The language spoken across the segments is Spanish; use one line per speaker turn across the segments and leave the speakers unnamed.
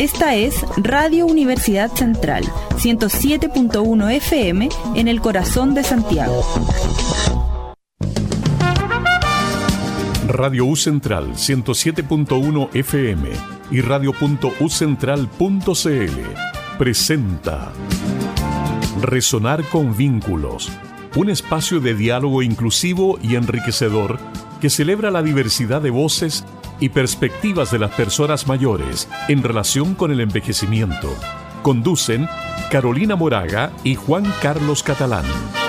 Esta es Radio Universidad Central, 107.1 FM en el corazón de Santiago.
Radio U Central 107.1 FM y radio.ucentral.cl presenta Resonar con Vínculos, un espacio de diálogo inclusivo y enriquecedor que celebra la diversidad de voces y perspectivas de las personas mayores en relación con el envejecimiento. Conducen Carolina Moraga y Juan Carlos Catalán.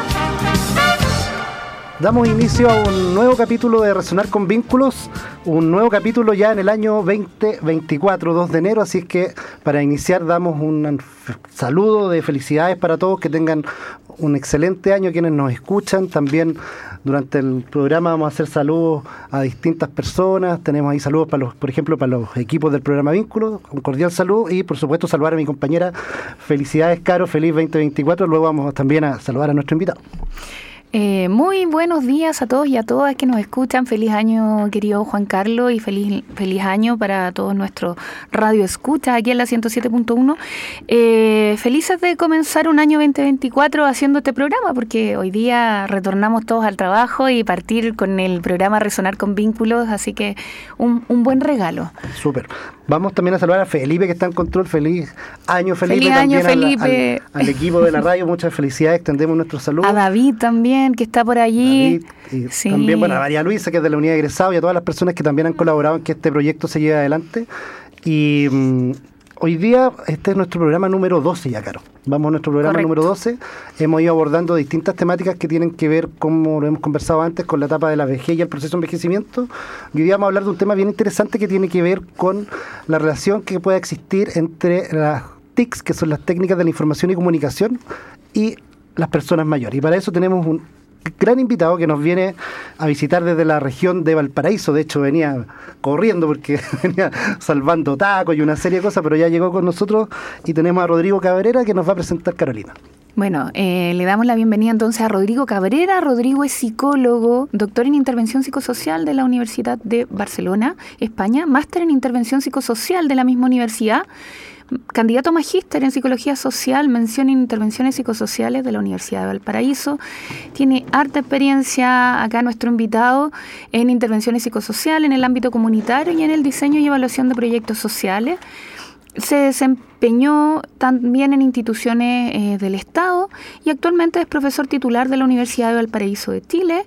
Damos inicio a un nuevo capítulo de Resonar con Vínculos, un nuevo capítulo ya en el año 2024, 2 de enero, así es que para iniciar damos un saludo de felicidades para todos, que tengan un excelente año quienes nos escuchan. También durante el programa vamos a hacer saludos a distintas personas, tenemos ahí saludos para por ejemplo, para los equipos del programa Vínculos, un cordial saludo y por supuesto saludar a mi compañera. Felicidades, Caro, feliz 2024, luego vamos también a saludar a nuestro invitado.
Muy buenos días a todos y a todas que nos escuchan. Feliz año, querido Juan Carlos, y feliz año para todos nuestros radioescuchas aquí en la 107.1. Felices de comenzar un año 2024 haciendo este programa, porque hoy día retornamos todos al trabajo y partir con el programa Resonar con Vínculos, así que un buen regalo. Súper.
Vamos también a saludar a Felipe, que está en control. Feliz año, Felipe.
Feliz año, Felipe.
Al equipo de la radio, muchas felicidades, extendemos nuestro saludo.
A David también, que está por allí.
David, y
sí.
También, bueno, a María Luisa, que es de la unidad de egresados, y a todas las personas que también han colaborado en que este proyecto se lleve adelante. Y hoy día este es nuestro programa número 12 ya, Caro. Vamos a nuestro programa
Correcto.
número 12. Hemos ido abordando distintas temáticas que tienen que ver, como lo hemos conversado antes, con la etapa de la vejez y el proceso de envejecimiento. Y hoy día vamos a hablar de un tema bien interesante que tiene que ver con la relación que puede existir entre las TICs, que son las técnicas de la información y comunicación, y las personas mayores. Y para eso tenemos un gran invitado que nos viene a visitar desde la región de Valparaíso. De hecho, venía corriendo porque venía salvando tacos y una serie de cosas, pero ya llegó con nosotros y tenemos a Rodrigo Cabrera, que nos va a presentar Carolina.
Bueno, le damos la bienvenida entonces a Rodrigo Cabrera. Rodrigo es psicólogo, doctor en intervención psicosocial de la Universidad de Barcelona, España, máster en intervención psicosocial de la misma universidad, candidato a magíster en psicología social, mención en intervenciones psicosociales de la Universidad de Valparaíso. Tiene harta experiencia acá nuestro invitado en intervenciones psicosociales, en el ámbito comunitario y en el diseño y evaluación de proyectos sociales. Se desempeñó también en instituciones del Estado y actualmente es profesor titular de la Universidad de Valparaíso de Chile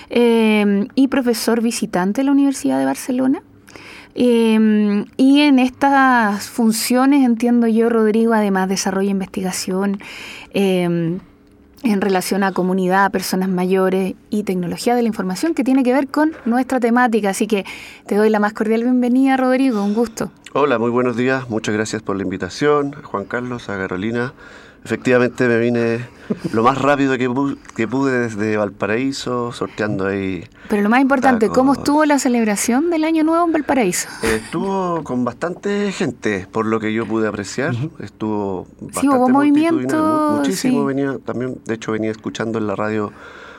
y profesor visitante de la Universidad de Barcelona. Y en estas funciones, entiendo yo, Rodrigo, además desarrolla investigación en relación a comunidad, personas mayores y tecnología de la información, que tiene que ver con nuestra temática. Así que te doy la más cordial bienvenida, Rodrigo, un gusto.
Hola, muy buenos días, muchas gracias por la invitación, a Juan Carlos, a Carolina. Efectivamente me vine lo más rápido que pude desde Valparaíso, sorteando ahí.
Pero lo más importante,
tacos.
¿Cómo estuvo la celebración del Año Nuevo en Valparaíso?
Estuvo con bastante gente, por lo que yo pude apreciar. Estuvo bastante
hubo movimiento.
Muchísimo,
sí.
venía también, de hecho venía escuchando en la radio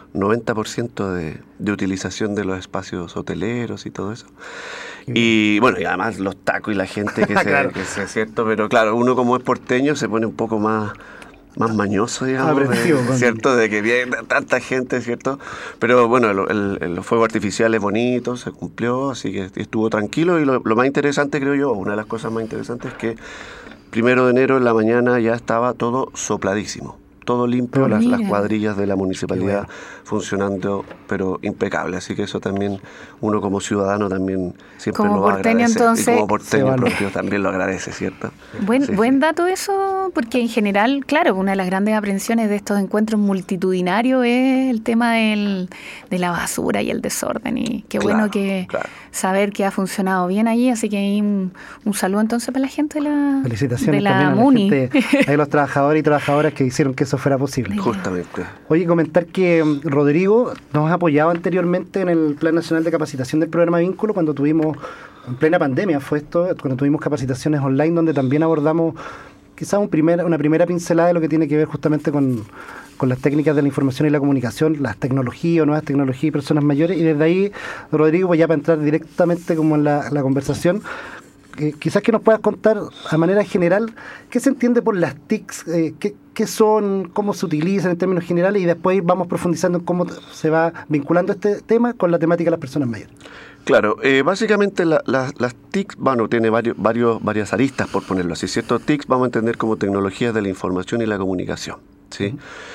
90% de utilización de los espacios hoteleros y todo eso. Y bueno, y además los tacos y la gente que
Claro.
que es cierto, pero claro, uno como es porteño se pone un poco más mañoso, digamos, ¿cierto? De que viene tanta gente, ¿cierto? Pero bueno, los fuegos artificiales bonitos, se cumplió, así que estuvo tranquilo. Y lo más interesante, creo yo, una de las cosas más interesantes es que 1 de enero en la mañana ya estaba todo sopladísimo. Todo limpio, las cuadrillas de la municipalidad funcionando, pero impecable. Así que eso también, uno como ciudadano también siempre
como
lo va a agradecer.
Entonces,
y como porteño propio también lo agradece, ¿cierto?
Buen dato eso, porque en general, claro, una de las grandes aprensiones de estos encuentros multitudinarios es el tema de la basura y el desorden. Y qué bueno que saber que ha funcionado bien allí. Así que hay un saludo entonces para la gente de la
Felicitaciones
de la
también a
MUNI.
la gente, a los trabajadores y trabajadoras que hicieron que eso fuera posible.
Justamente.
Oye, comentar que Rodrigo nos ha apoyado anteriormente en el Plan Nacional de Capacitación del Programa Vínculo cuando tuvimos, en plena pandemia fue esto, cuando tuvimos capacitaciones online donde también abordamos quizás una primera pincelada de lo que tiene que ver justamente con las técnicas de la información y la comunicación, las tecnologías o nuevas tecnologías y personas mayores. Y desde ahí, Rodrigo, pues ya para entrar directamente como en la conversación, quizás que nos puedas contar a manera general qué se entiende por las TICs, qué son, cómo se utilizan en términos generales, y después vamos profundizando en cómo se va vinculando este tema con la temática de las personas mayores.
Claro, básicamente las TICs, tiene varias aristas, por ponerlo así, ¿cierto? TICs vamos a entender como tecnologías de la información y la comunicación, ¿sí?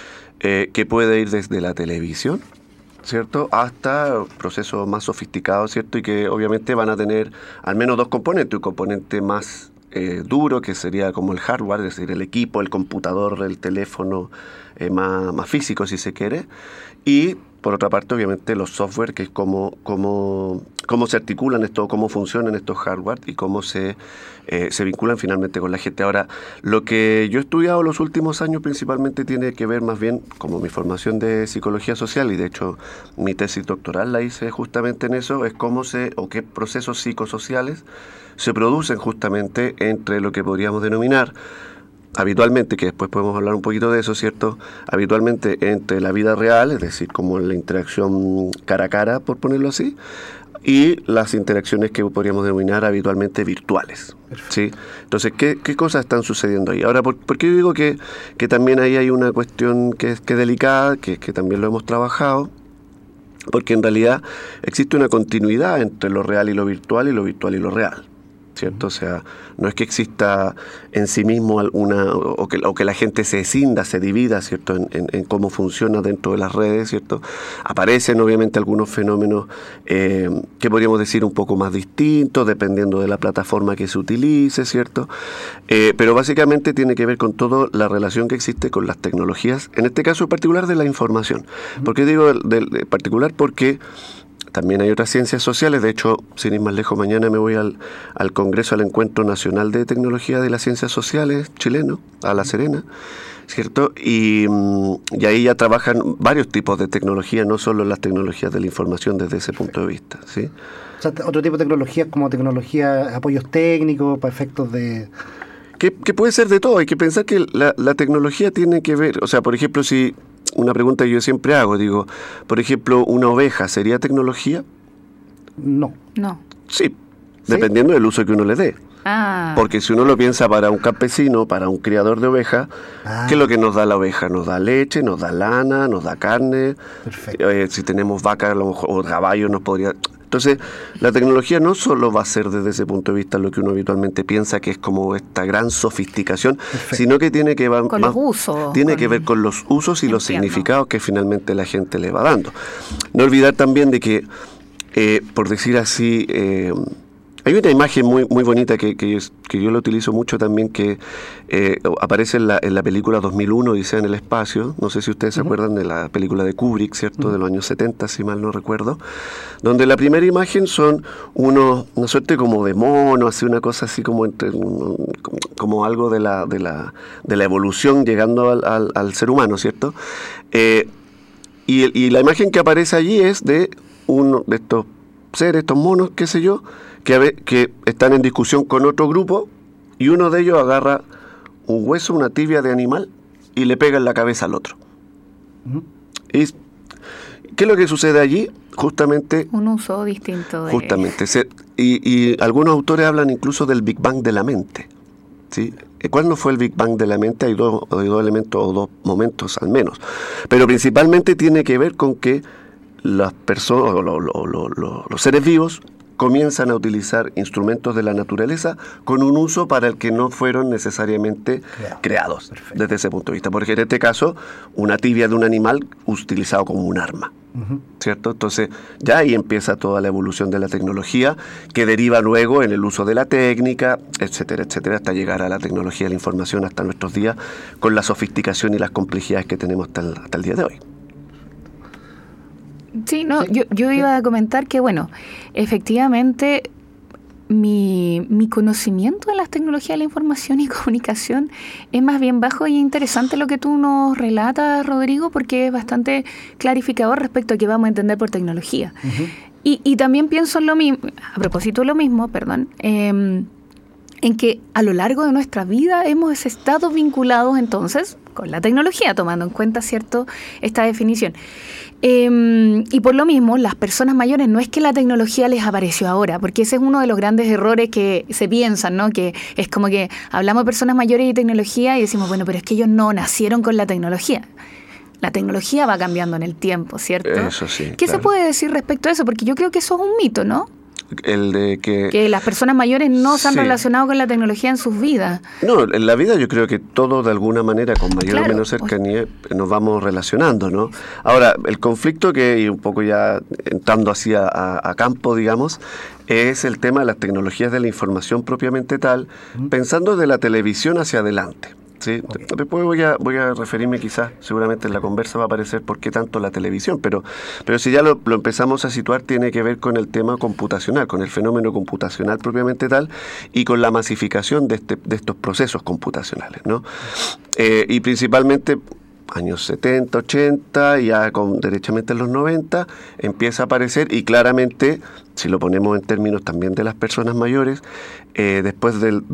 Que puede ir desde la televisión, ¿cierto?, hasta procesos más sofisticados, ¿cierto?, y que obviamente van a tener al menos dos componentes: un componente más duro, que sería como el hardware, es decir, el equipo, el computador, el teléfono, más físico, si se quiere, y por otra parte, obviamente, los software, que es cómo se articulan esto, cómo funcionan estos hardware y cómo se vinculan finalmente con la gente. Ahora, lo que yo he estudiado los últimos años principalmente tiene que ver más bien, como mi formación de psicología social, y de hecho mi tesis doctoral la hice justamente en eso, es qué procesos psicosociales se producen justamente entre lo que podríamos denominar habitualmente, que después podemos hablar un poquito de eso, ¿cierto?, habitualmente entre la vida real, es decir, como la interacción cara a cara, por ponerlo así, y las interacciones que podríamos denominar habitualmente virtuales, ¿sí? Entonces, ¿qué cosas están sucediendo ahí? Ahora, ¿por qué yo digo que también ahí hay una cuestión que es delicada, que también lo hemos trabajado? Porque en realidad existe una continuidad entre lo real y lo virtual y lo real, ¿cierto? O sea, no es que exista en sí mismo o que la gente se escinda, se divida, ¿cierto?, en cómo funciona dentro de las redes, ¿cierto? Aparecen obviamente algunos fenómenos que podríamos decir un poco más distintos, dependiendo de la plataforma que se utilice, ¿cierto? Pero básicamente tiene que ver con toda la relación que existe con las tecnologías, en este caso en particular de la información. ¿Por qué digo de particular? Porque también hay otras ciencias sociales. De hecho, sin ir más lejos, mañana me voy al Congreso, al Encuentro Nacional de Tecnología de las Ciencias Sociales chileno, a La Serena, ¿cierto? Y ahí ya trabajan varios tipos de tecnología, no solo las tecnologías de la información desde ese punto de vista, ¿sí?
O sea, otro tipo de tecnologías como tecnología, apoyos técnicos para efectos de...
Que puede ser de todo. Hay que pensar que la tecnología tiene que ver, o sea, por ejemplo, si... Una pregunta que yo siempre hago, digo, por ejemplo, ¿una oveja sería tecnología?
No.
Sí, dependiendo del uso que uno le dé. Porque si uno lo piensa para un campesino, para un criador de ovejas, ¿qué es lo que nos da la oveja? Nos da leche, nos da lana, nos da carne. Perfecto. Si tenemos vacas a lo mejor, o caballos nos podría... Entonces, la tecnología no solo va a ser desde ese punto de vista lo que uno habitualmente piensa que es como esta gran sofisticación, perfecto, sino que tiene que ver
con los usos.
Tiene que ver con los usos y los significados que finalmente la gente le va dando. No olvidar también de que, por decir así, hay una imagen muy bonita que yo la utilizo mucho también, que aparece en la película 2001, Odisea en el espacio. No sé si ustedes se acuerdan de la película de Kubrick, ¿cierto?, de los años 70, si mal no recuerdo, donde la primera imagen son una suerte como de mono, así una cosa así como como algo de la evolución llegando al ser humano, ¿cierto? Y la imagen que aparece allí es de uno de estos seres, estos monos, qué sé yo, que están en discusión con otro grupo, y uno de ellos agarra un hueso, una tibia de animal, y le pega en la cabeza al otro. ¿Y qué es lo que sucede allí? Justamente...
un uso distinto de...
Justamente. Y algunos autores hablan incluso del Big Bang de la mente, ¿sí? ¿Cuál no fue el Big Bang de la mente? Hay dos elementos o dos momentos al menos. Pero principalmente tiene que ver con que las personas, los seres vivos, comienzan a utilizar instrumentos de la naturaleza con un uso para el que no fueron necesariamente creados. Perfecto. Desde ese punto de vista. Porque en este caso, una tibia de un animal utilizado como un arma, ¿cierto? Entonces, ya ahí empieza toda la evolución de la tecnología, que deriva luego en el uso de la técnica, etcétera, etcétera, hasta llegar a la tecnología de la información hasta nuestros días, con la sofisticación y las complejidades que tenemos hasta el día de hoy.
Sí, no, sí. Yo iba a comentar que, bueno, efectivamente mi conocimiento de las tecnologías de la información y comunicación es más bien bajo, y interesante lo que tú nos relatas, Rodrigo, porque es bastante clarificador respecto a qué vamos a entender por tecnología. Y también pienso en lo mismo, a propósito de lo mismo, en que a lo largo de nuestra vida hemos estado vinculados entonces con la tecnología, tomando en cuenta, ¿cierto?, esta definición. Y por lo mismo, las personas mayores no es que la tecnología les apareció ahora, porque ese es uno de los grandes errores que se piensan, ¿no? Que es como que hablamos de personas mayores y tecnología y decimos, bueno, pero es que ellos no nacieron con la tecnología. La tecnología va cambiando en el tiempo, ¿cierto?
Eso sí.
¿Qué se puede decir respecto a eso? Porque yo creo que eso es un mito, ¿no?
El de que
las personas mayores no se han relacionado con la tecnología en sus vidas.
No, en la vida yo creo que todos de alguna manera, con mayor o menos cercanía, nos vamos relacionando, ¿no? Ahora, el conflicto que, y un poco ya entrando así a campo, digamos, es el tema de las tecnologías de la información propiamente tal, pensando de la televisión hacia adelante. Sí, después voy a referirme quizás, seguramente en la conversa va a aparecer por qué tanto la televisión, pero si ya lo empezamos a situar, tiene que ver con el tema computacional, con el fenómeno computacional propiamente tal y con la masificación de estos procesos computacionales, ¿no? Y principalmente años 70, 80, ya derechamente en los 90, empieza a aparecer y claramente, si lo ponemos en términos también de las personas mayores, después del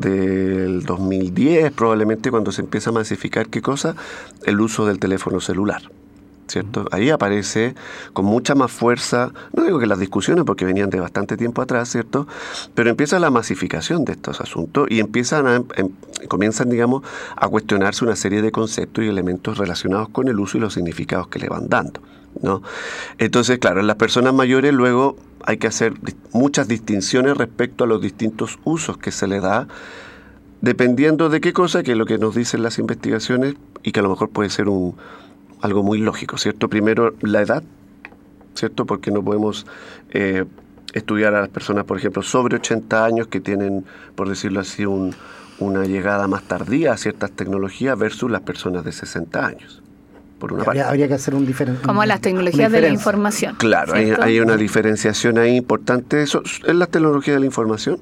2010 probablemente cuando se empieza a masificar, ¿qué cosa? El uso del teléfono celular, ¿cierto? Ahí aparece con mucha más fuerza, no digo que las discusiones porque venían de bastante tiempo atrás, ¿cierto? Pero empieza la masificación de estos asuntos y comienzan, digamos, a cuestionarse una serie de conceptos y elementos relacionados con el uso y los significados que le van dando, ¿no? Entonces, claro, en las personas mayores luego hay que hacer muchas distinciones respecto a los distintos usos que se le da, dependiendo de qué cosa, que es lo que nos dicen las investigaciones y que a lo mejor puede ser algo muy lógico, ¿cierto? Primero, la edad, ¿cierto? Porque no podemos estudiar a las personas, por ejemplo, sobre 80 años que tienen, por decirlo así, una llegada más tardía a ciertas tecnologías versus las personas de 60 años. Por una parte.
Habría que hacer un diferente.
Como las tecnologías de la información.
Claro, hay una diferenciación ahí importante. Eso es las tecnologías de la información.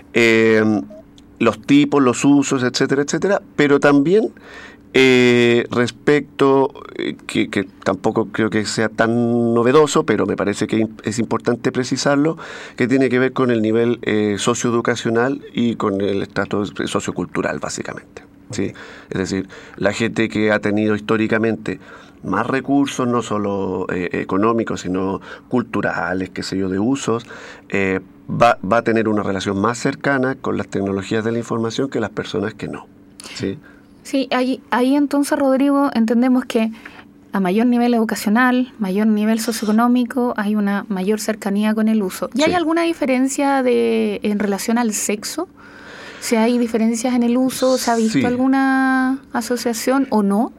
Los tipos, los usos, etcétera, etcétera. Pero también respecto, que tampoco creo que sea tan novedoso, pero me parece que es importante precisarlo, que tiene que ver con el nivel socioeducacional y con el estrato sociocultural, básicamente. ¿Sí? Es decir, la gente que ha tenido históricamente más recursos, no solo económicos, sino culturales, qué sé yo, de usos, va a tener una relación más cercana con las tecnologías de la información que las personas que no. ¿Sí?
Sí, ahí entonces, Rodrigo, entendemos que a mayor nivel educacional, mayor nivel socioeconómico, hay una mayor cercanía con el uso. ¿Y hay alguna diferencia en relación al sexo? Si hay diferencias en el uso, ¿se ha visto alguna asociación o no?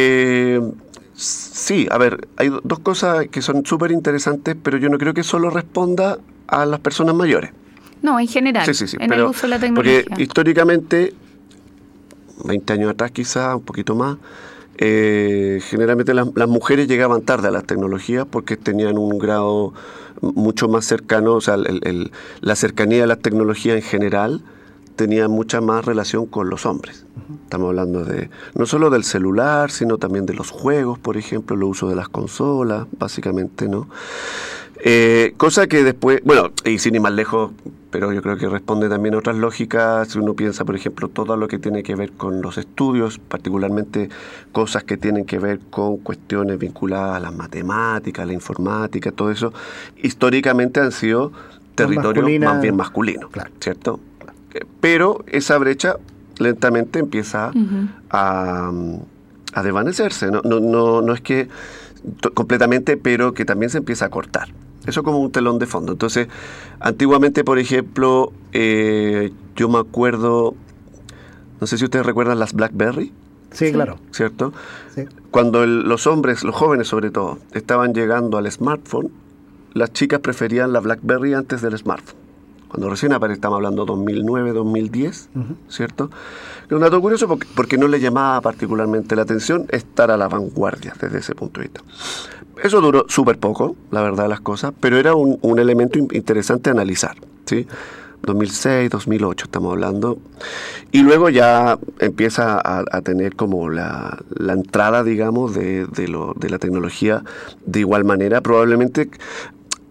Sí, a ver, hay dos cosas que son súper interesantes, pero yo no creo que solo responda a las personas mayores.
No, en general,
sí,
en el uso de la tecnología.
Porque históricamente, 20 años atrás quizás, un poquito más, generalmente las mujeres llegaban tarde a las tecnologías porque tenían un grado mucho más cercano, o sea, la cercanía de las tecnologías en general tenía mucha más relación con los hombres. Estamos hablando no solo del celular, sino también de los juegos, por ejemplo, el uso de las consolas, básicamente, ¿no? Cosa que después, bueno, y sin ir más lejos, pero yo creo que responde también a otras lógicas. Si uno piensa, por ejemplo, todo lo que tiene que ver con los estudios, particularmente cosas que tienen que ver con cuestiones vinculadas a las matemáticas, a la informática, todo eso, históricamente han sido territorios más bien masculinos, claro, ¿cierto? Pero esa brecha lentamente empieza a desvanecerse. No es que completamente, pero que también se empieza a cortar. Eso como un telón de fondo. Entonces, antiguamente, por ejemplo, yo me acuerdo, no sé si ustedes recuerdan las BlackBerry.
Sí, claro.
¿Cierto?
Sí.
Cuando los hombres, los jóvenes sobre todo, estaban llegando al smartphone, las chicas preferían la BlackBerry antes del smartphone. Cuando recién estamos hablando 2009, 2010, ¿cierto? Es un dato curioso porque no le llamaba particularmente la atención estar a la vanguardia desde ese punto de vista. Eso duró súper poco, la verdad de las cosas, pero era un elemento interesante a analizar, ¿sí? 2006, 2008 estamos hablando. Y luego ya empieza a tener como la entrada, digamos, de la tecnología de igual manera. Probablemente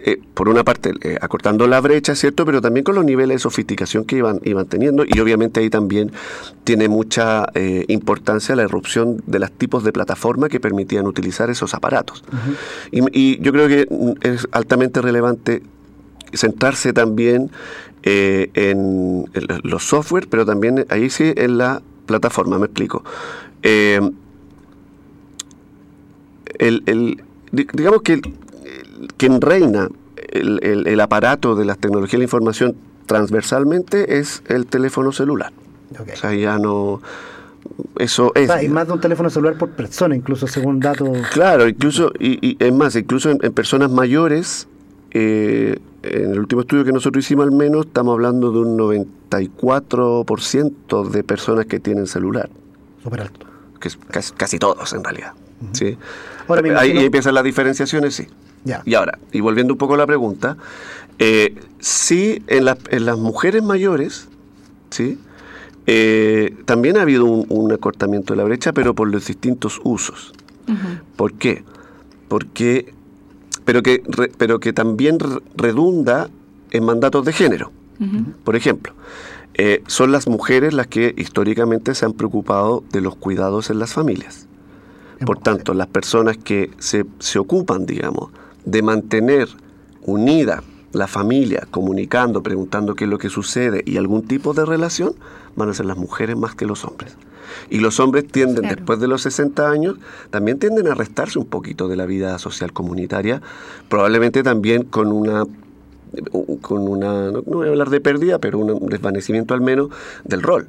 por una parte, acortando la brecha, ¿cierto? Pero también con los niveles de sofisticación que iban teniendo, y obviamente ahí también tiene mucha importancia la irrupción de los tipos de plataforma que permitían utilizar esos aparatos. Y yo creo que es altamente relevante centrarse también en los software, pero también ahí sí en la plataforma, me explico. Digamos que quien reina el aparato de las tecnologías de la información transversalmente es el teléfono celular. Okay. O sea, ya no... Eso es.
Hay más de un teléfono celular por persona, incluso según datos...
Claro, incluso, y es más, incluso en personas mayores, en el último estudio que nosotros hicimos al menos, estamos hablando de un 94% de personas que tienen celular.
Súper alto.
Que es casi todos, en realidad. ¿Sí? Ahora, ahí empiezan las diferenciaciones, sí.
Ya.
Y ahora, y volviendo un poco a la pregunta, sí, en las mujeres mayores, ¿sí? También ha habido un acortamiento de la brecha, pero por los distintos usos. ¿Por qué? Pero que también redunda en mandatos de género. Por ejemplo, son las mujeres las que históricamente se han preocupado de los cuidados en las familias. Por tanto, las personas que se ocupan, digamos, de mantener unida la familia, comunicando, preguntando qué es lo que sucede y algún tipo de relación, van a ser las mujeres más que los hombres. Y los hombres tienden, claro, después de los 60 años, también tienden a restarse un poquito de la vida social comunitaria, probablemente también con una no voy a hablar de pérdida, pero un desvanecimiento al menos del rol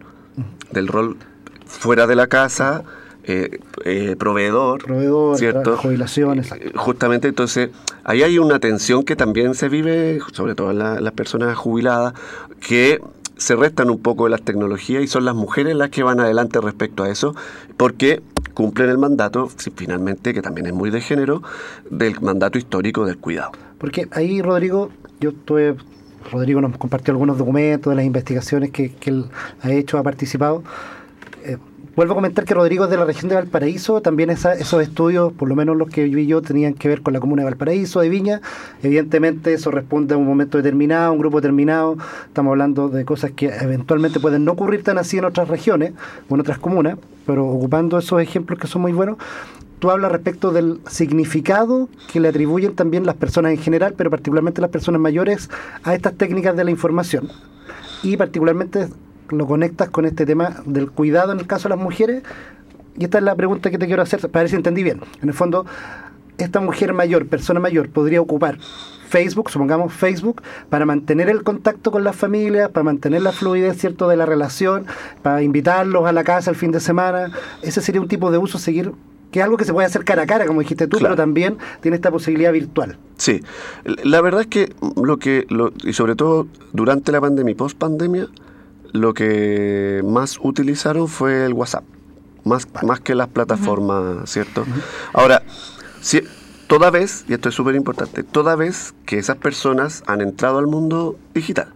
fuera de la casa, proveedor, ¿cierto?
Jubilaciones.
Justamente, entonces, ahí hay una tensión que también se vive, sobre todo en las personas jubiladas, que se restan un poco de las tecnologías y son las mujeres las que van adelante respecto a eso, porque cumplen el mandato, finalmente, que también es muy de género, del mandato histórico del cuidado.
Porque ahí, Rodrigo nos compartió algunos documentos de las investigaciones que él ha hecho, ha participado. Vuelvo a comentar que Rodrigo es de la región de Valparaíso, también esos estudios, por lo menos los que vi yo, tenían que ver con la comuna de Valparaíso, de Viña. Evidentemente eso responde a un momento determinado, a un grupo determinado. Estamos hablando de cosas que eventualmente pueden no ocurrir tan así en otras regiones o en otras comunas, pero ocupando esos ejemplos que son muy buenos. Tú hablas respecto del significado que le atribuyen también las personas en general, pero particularmente las personas mayores, a estas técnicas de la información. Y particularmente lo conectas con este tema del cuidado en el caso de las mujeres, y esta es la pregunta que te quiero hacer para ver si entendí bien. En el fondo, esta mujer mayor, persona mayor, podría ocupar Facebook, supongamos Facebook, para mantener el contacto con las familias, para mantener la fluidez, ¿cierto?, de la relación, para invitarlos a la casa el fin de semana. Ese sería un tipo de uso seguir, que es algo que se puede hacer cara a cara, como dijiste tú, claro, pero también tiene esta posibilidad virtual.
Sí, la verdad es que y sobre todo durante la pandemia y post-pandemia, lo que más utilizaron fue el WhatsApp, más que las plataformas, ¿cierto? Ahora, toda vez, y esto es súper importante, toda vez que esas personas han entrado al mundo digital,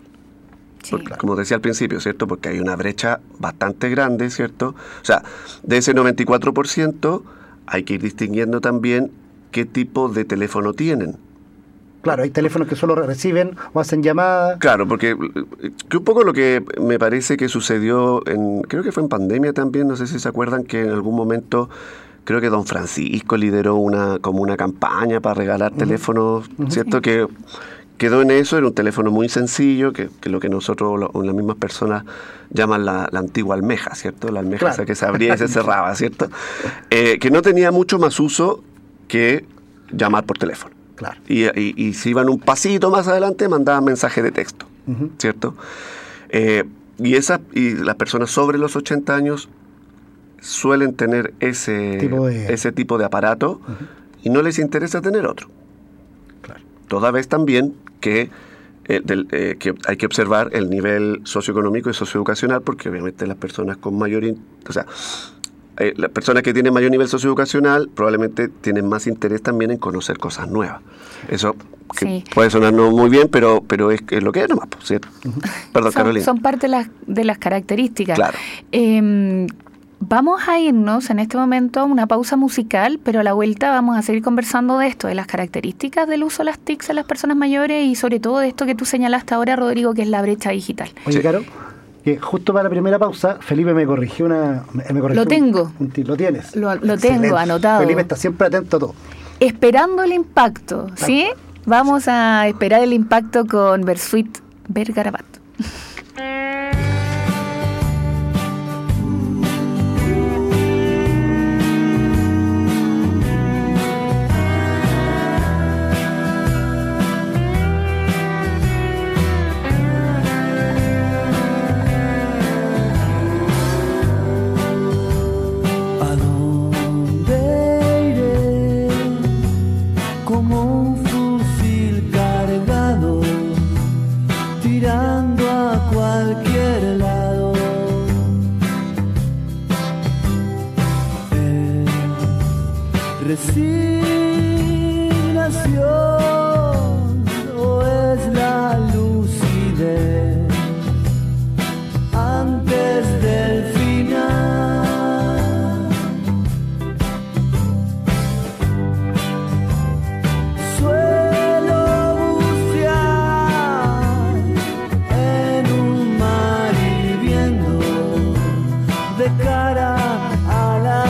como decía al principio, ¿cierto? Porque hay una brecha bastante grande, ¿cierto? O sea, de ese 94% hay que ir distinguiendo también qué tipo de teléfono tienen.
Claro, hay teléfonos que solo reciben o hacen llamadas.
Claro, porque un poco lo que me parece que sucedió, creo que fue en pandemia también, no sé si se acuerdan que en algún momento, creo que don Francisco lideró una campaña para regalar teléfonos, ¿cierto? Que quedó en eso, era un teléfono muy sencillo, que lo que nosotros, las mismas personas, llaman la antigua almeja, ¿cierto? La almeja, claro, esa que se abría y se cerraba, ¿cierto? Que no tenía mucho más uso que llamar por teléfono.
Claro.
Y si iban un pasito más adelante, mandaban mensajes de texto, ¿cierto? Y las personas sobre los 80 años suelen tener ese tipo de aparato y no les interesa tener otro.
Claro. Toda
vez también que hay que observar el nivel socioeconómico y socioeducacional, porque obviamente las personas con mayor... las personas que tienen mayor nivel socioeducacional probablemente tienen más interés también en conocer cosas nuevas. Eso puede sonar no muy bien, pero es lo que es nomás, ¿cierto? Perdón, Carolina.
Son parte de las características.
Claro.
Vamos a irnos en este momento a una pausa musical, pero a la vuelta vamos a seguir conversando de esto, de las características del uso de las TICs en las personas mayores y sobre todo de esto que tú señalaste ahora, Rodrigo, que es la brecha digital.
Oye, Caro, que justo para la primera pausa, Felipe me corrigió
Lo tengo.
¿Lo tienes?
Lo tengo anotado.
Felipe está siempre atento a todo.
Esperando el impacto, ¿sí? Vamos a esperar el impacto con Versuit Vergarabat.
Resignación o es la lucidez antes del final. Suelo bucear en un mar hirviendo de cara a la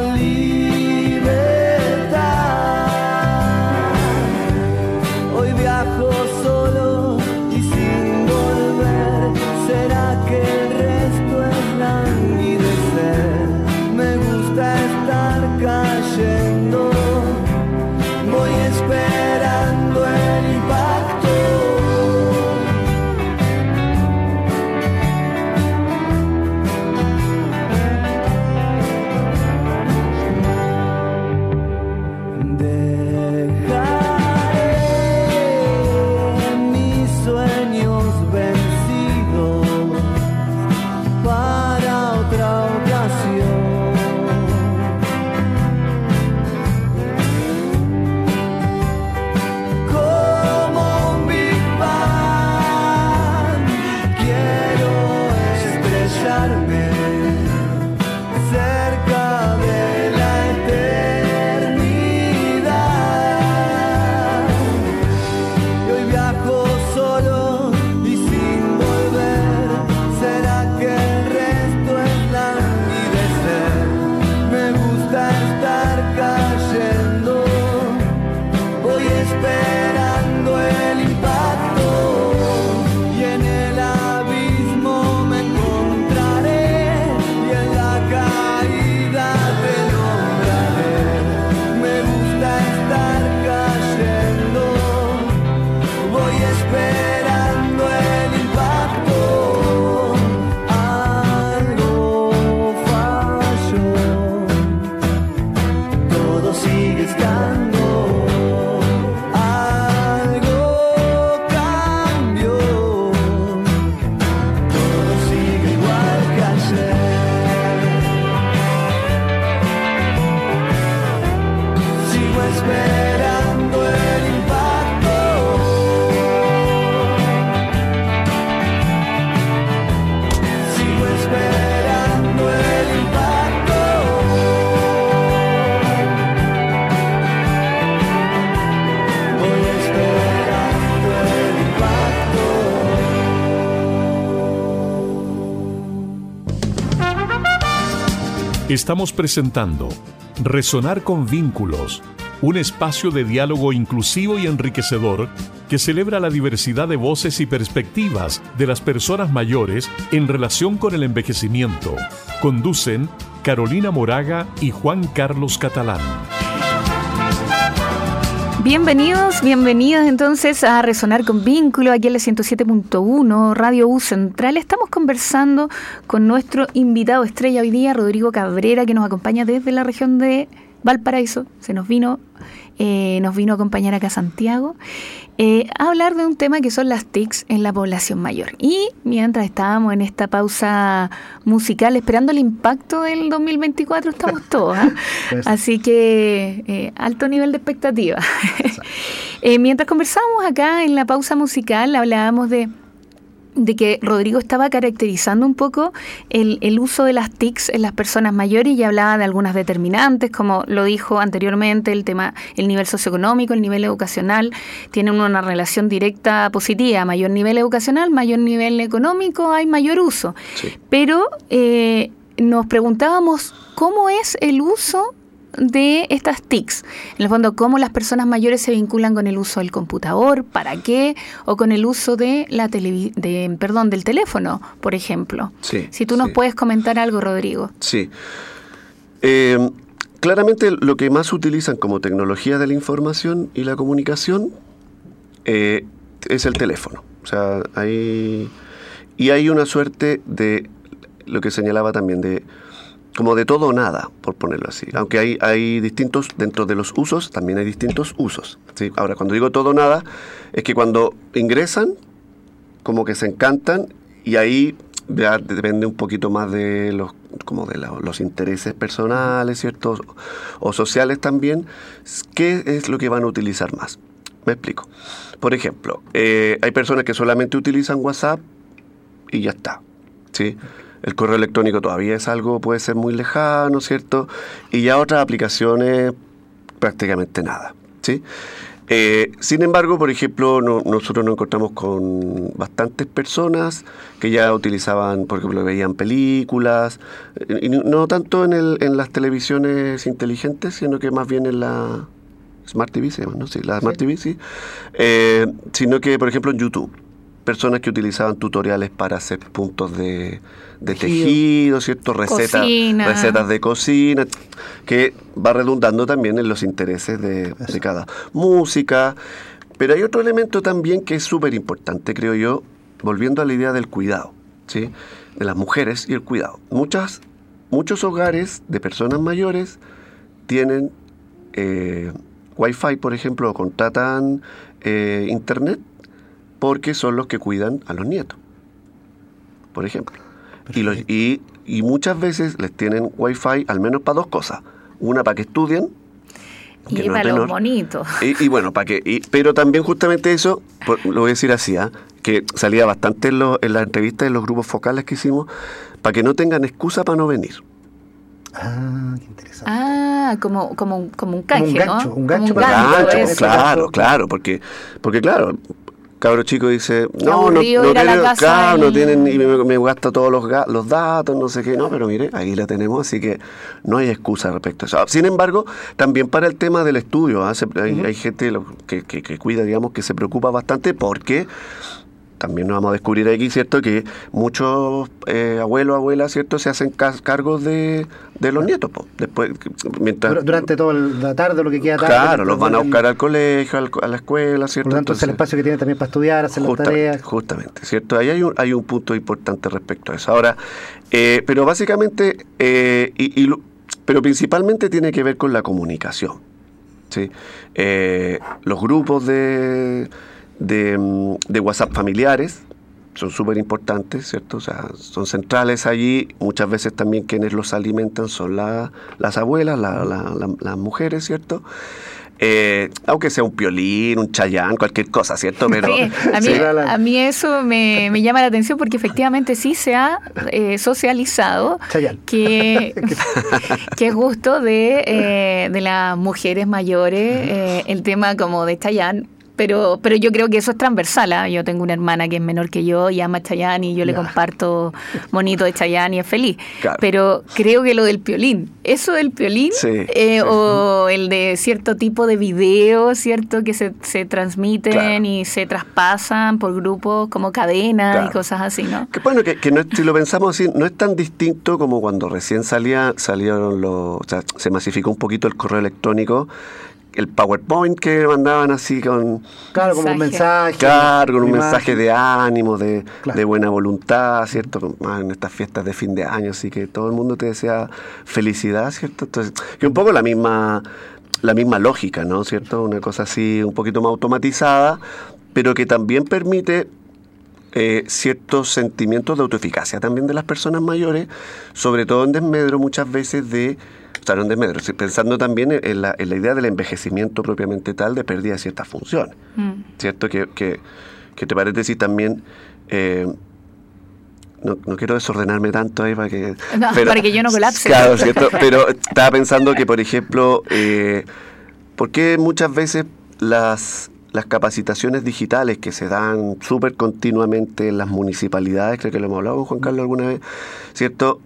Estamos presentando Resonar con Vínculos, un espacio de diálogo inclusivo y enriquecedor que celebra la diversidad de voces y perspectivas de las personas mayores en relación con el envejecimiento. Conducen Carolina Moraga y Juan Carlos Catalán.
Bienvenidos entonces a Resonar con Vínculo, aquí en la 107.1, Radio U Central. Estamos conversando con nuestro invitado estrella hoy día, Rodrigo Cabrera, que nos acompaña desde la región de Valparaíso. Nos vino a acompañar acá a Santiago a hablar de un tema que son las TICs en la población mayor. Y mientras estábamos en esta pausa musical esperando el impacto del 2024, estamos todos, así que alto nivel de expectativa. Mientras conversábamos acá en la pausa musical, hablábamos de de que Rodrigo estaba caracterizando un poco el uso de las TICs en las personas mayores y hablaba de algunas determinantes, como lo dijo anteriormente, el nivel socioeconómico, el nivel educacional, tienen una relación directa positiva. Mayor nivel educacional, mayor nivel económico, hay mayor uso. Sí. Pero nos preguntábamos cómo es el uso de estas TICs. En el fondo, cómo las personas mayores se vinculan con el uso del computador, para qué, o con el uso de del teléfono, por ejemplo.
Sí,
si tú nos puedes comentar algo, Rodrigo.
Sí. Claramente lo que más utilizan como tecnología de la información y la comunicación es el teléfono. O sea, hay una suerte de lo que señalaba también como de todo o nada, por ponerlo así. Aunque hay distintos, dentro de los usos, también hay distintos usos, ¿sí? Ahora, cuando digo todo o nada, es que cuando ingresan, como que se encantan, y ahí ya depende un poquito más de los intereses personales, ¿cierto? O sociales también, ¿qué es lo que van a utilizar más? Me explico. Por ejemplo, hay personas que solamente utilizan WhatsApp y ya está, ¿sí? El correo electrónico todavía es algo, puede ser muy lejano, ¿cierto? Y ya otras aplicaciones, prácticamente nada, ¿sí? Sin embargo, por ejemplo, nosotros nos encontramos con bastantes personas que ya utilizaban, por ejemplo, veían películas, y no tanto en las televisiones inteligentes, sino que más bien en la Smart TV, ¿no? Sí, la Smart TV, sí. Sino que, por ejemplo, en YouTube. Personas que utilizaban tutoriales para hacer puntos de tejido, ¿cierto? Recetas de cocina, que va redundando también en los intereses de cada música. Pero hay otro elemento también que es súper importante, creo yo, volviendo a la idea del cuidado, ¿sí? De las mujeres y el cuidado. Muchos hogares de personas mayores tienen Wi-Fi, por ejemplo, o contratan internet, porque son los que cuidan a los nietos, por ejemplo. Y muchas veces les tienen Wi-Fi al menos para dos cosas. Una, para que estudien.
Y para los bonitos.
Y bueno, pero también justamente eso, lo voy a decir así, que salía bastante en las entrevistas, en los grupos focales que hicimos, para que no tengan excusa para no venir.
Ah, qué interesante.
Como un canje, ¿no?
Un gancho para
el gancho, claro, porque claro, cabro chico dice, no tienen, y me gasta todos los datos, no sé qué, no, pero mire, ahí la tenemos, así que no hay excusa respecto a eso. Sin embargo, también para el tema del estudio, hay gente que cuida, digamos, que se preocupa bastante, porque también nos vamos a descubrir aquí, ¿cierto?, que muchos abuelos, abuelas, ¿cierto?, se hacen cargos de los nietos, después,
durante toda la tarde, lo que queda tarde.
Claro, los van a buscar al colegio, a la escuela, ¿cierto?
Por lo tanto, es el espacio que tienen también para estudiar, hacer las tareas.
Justamente, ¿cierto? Ahí hay un punto importante respecto a eso. Ahora, pero básicamente, pero principalmente tiene que ver con la comunicación, ¿sí? Los grupos de WhatsApp familiares son súper importantes, ¿cierto? O sea, son centrales allí. Muchas veces también quienes los alimentan son las abuelas, las mujeres, ¿cierto? Aunque sea un Piolín, un Chayanne, cualquier cosa, ¿cierto? Pero
a mí eso me llama la atención, porque efectivamente sí se ha socializado que es gusto de las mujeres mayores, el tema como de Chayanne. Pero yo creo que eso es transversal, ¿eh? Yo tengo una hermana que es menor que yo y ama a Chayanne, y yo le comparto monito de Chayanne y es feliz. Claro. Pero creo que lo del Piolín, eso del Piolín, o el de cierto tipo de videos, ¿cierto?, que se transmiten y se traspasan por grupos como cadenas y cosas así, ¿no?
Que bueno, que no, si lo pensamos así, no es tan distinto como cuando recién salieron se masificó un poquito el correo electrónico, el PowerPoint que mandaban así con...
Claro, como un mensaje.
Claro, con un mensaje de ánimo, de buena voluntad, ¿cierto? Más en estas fiestas de fin de año, así que todo el mundo te desea felicidad, ¿cierto? Entonces, que un poco la misma lógica, ¿no? ¿Cierto? Una cosa así un poquito más automatizada, pero que también permite ciertos sentimientos de autoeficacia también de las personas mayores, sobre todo en desmedro muchas veces pensando también en la idea del envejecimiento propiamente tal, de pérdida de ciertas funciones, ¿cierto? Que entre paréntesis también No quiero desordenarme tanto ahí para que...
para que yo no colapse.
Claro, ¿cierto? Pero estaba pensando que, por ejemplo, ¿por qué muchas veces las capacitaciones digitales que se dan súper continuamente en las municipalidades, creo que lo hemos hablado con Juan Carlos alguna vez, ¿cierto?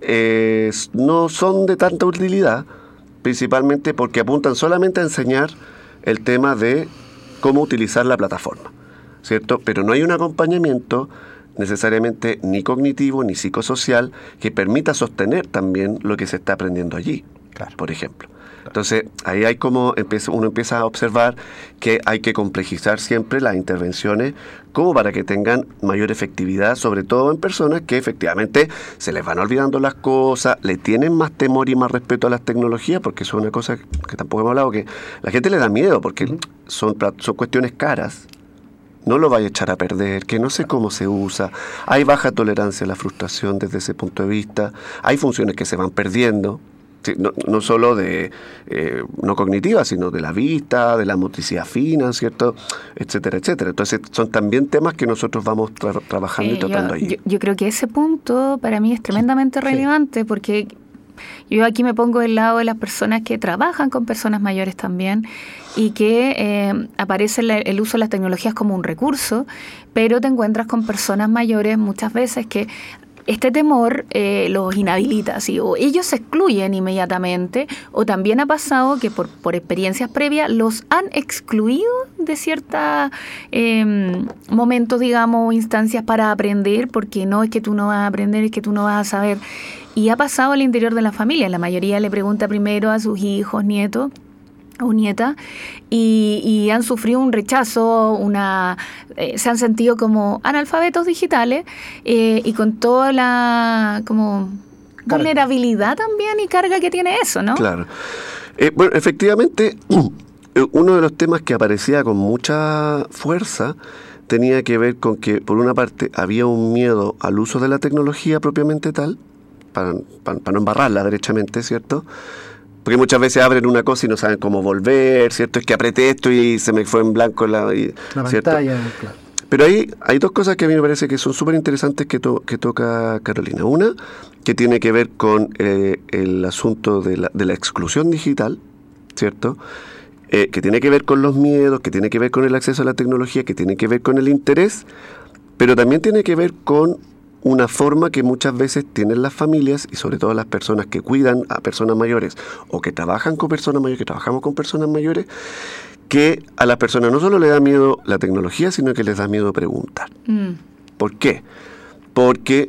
No son de tanta utilidad, principalmente porque apuntan solamente a enseñar el tema de cómo utilizar la plataforma, ¿cierto? Pero no hay un acompañamiento necesariamente ni cognitivo ni psicosocial que permita sostener también lo que se está aprendiendo allí, claro, por ejemplo. Entonces, ahí hay como uno empieza a observar que hay que complejizar siempre las intervenciones como para que tengan mayor efectividad, sobre todo en personas que efectivamente se les van olvidando las cosas, le tienen más temor y más respeto a las tecnologías, porque eso es una cosa que tampoco hemos hablado, que la gente le da miedo, porque son cuestiones caras. No lo vaya a echar a perder, que no sé cómo se usa. Hay baja tolerancia a la frustración desde ese punto de vista. Hay funciones que se van perdiendo. Sí, no solo de no cognitiva, sino de la vista, de la motricidad fina, ¿cierto? Etcétera, etcétera. Entonces, son también temas que nosotros vamos trabajando y tratando ahí.
Yo creo que ese punto para mí es tremendamente relevante, porque yo aquí me pongo del lado de las personas que trabajan con personas mayores también y que aparece el uso de las tecnologías como un recurso, pero te encuentras con personas mayores muchas veces que este temor los inhabilita, ¿sí? O ellos se excluyen inmediatamente, o también ha pasado que por experiencias previas los han excluido de ciertos momentos, digamos, instancias para aprender, porque no es que tú no vas a aprender, es que tú no vas a saber. Y ha pasado al interior de la familia. La mayoría le pregunta primero a sus hijos, nietos o nietas, y han sufrido un rechazo, se han sentido como analfabetos digitales, y con toda la como vulnerabilidad también y carga que tiene eso, ¿no?
Claro. Bueno, efectivamente, uno de los temas que aparecía con mucha fuerza tenía que ver con que, por una parte, había un miedo al uso de la tecnología propiamente tal, para no embarrarla derechamente, ¿cierto? Porque muchas veces abren una cosa y no saben cómo volver, ¿cierto? Es que apreté esto y se me fue en blanco la
pantalla, claro.
Pero hay dos cosas que a mí me parece que son súper interesantes que toca Carolina. Una, que tiene que ver con el asunto de la exclusión digital, ¿cierto? Que tiene que ver con los miedos, que tiene que ver con el acceso a la tecnología, que tiene que ver con el interés, pero también tiene que ver con una forma que muchas veces tienen las familias y sobre todo las personas que cuidan a personas mayores o que trabajan con personas mayores, que trabajamos con personas mayores, que a las personas no solo les da miedo la tecnología, sino que les da miedo preguntar. ¿Por qué? Porque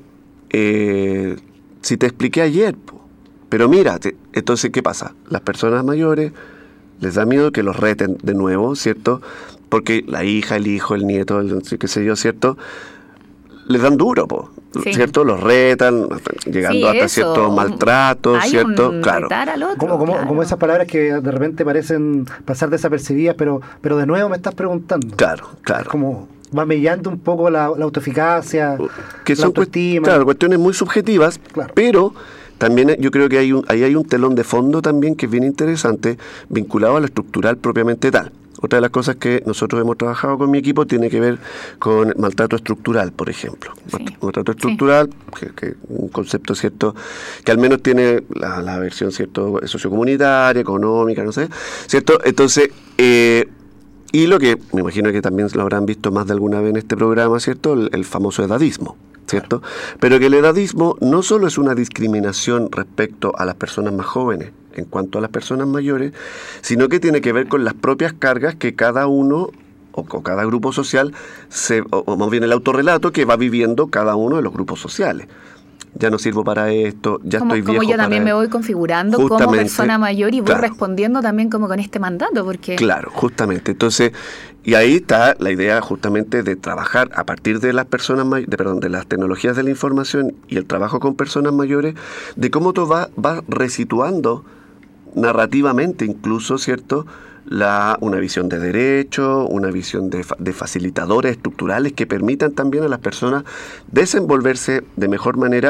si te expliqué ayer, pero mira, entonces ¿qué pasa? Las personas mayores les da miedo que los reten de nuevo, ¿cierto? Porque la hija, el hijo, el nieto, qué sé yo, ¿cierto? Les dan duro, ¿cierto? Los retan, llegando hasta ciertos maltratos, ¿cierto?
Claro. Al otro,
como esas palabras que de repente parecen pasar desapercibidas, pero de nuevo me estás preguntando.
Claro.
Es como va mellando un poco la autoeficacia,
que
la autoestima.
Claro, cuestiones muy subjetivas,
claro. Pero
también yo creo que ahí hay un telón de fondo también que es bien interesante, vinculado a lo estructural propiamente tal. Otra de las cosas que nosotros hemos trabajado con mi equipo tiene que ver con maltrato estructural, por ejemplo. Sí. Maltrato estructural, que un concepto, ¿cierto?, que al menos tiene la versión, ¿cierto?, sociocomunitaria, económica, no sé, ¿cierto? Entonces, y lo que me imagino que también lo habrán visto más de alguna vez en este programa, ¿cierto?, el famoso edadismo, ¿cierto? Pero que el edadismo no solo es una discriminación respecto a las personas más jóvenes, en cuanto a las personas mayores, sino que tiene que ver con las propias cargas que cada uno o cada grupo social, o más bien el autorrelato que va viviendo cada uno de los grupos sociales. Ya no sirvo para esto, ya estoy viejo.
Como yo también me voy configurando como persona mayor y voy respondiendo también como con este mandato, porque...
Claro, justamente. Entonces, y ahí está la idea justamente de trabajar a partir de las personas de las tecnologías de la información y el trabajo con personas mayores, de cómo todo va resituando narrativamente incluso, ¿cierto?, una visión de derecho, una visión de facilitadores estructurales que permitan también a las personas desenvolverse de mejor manera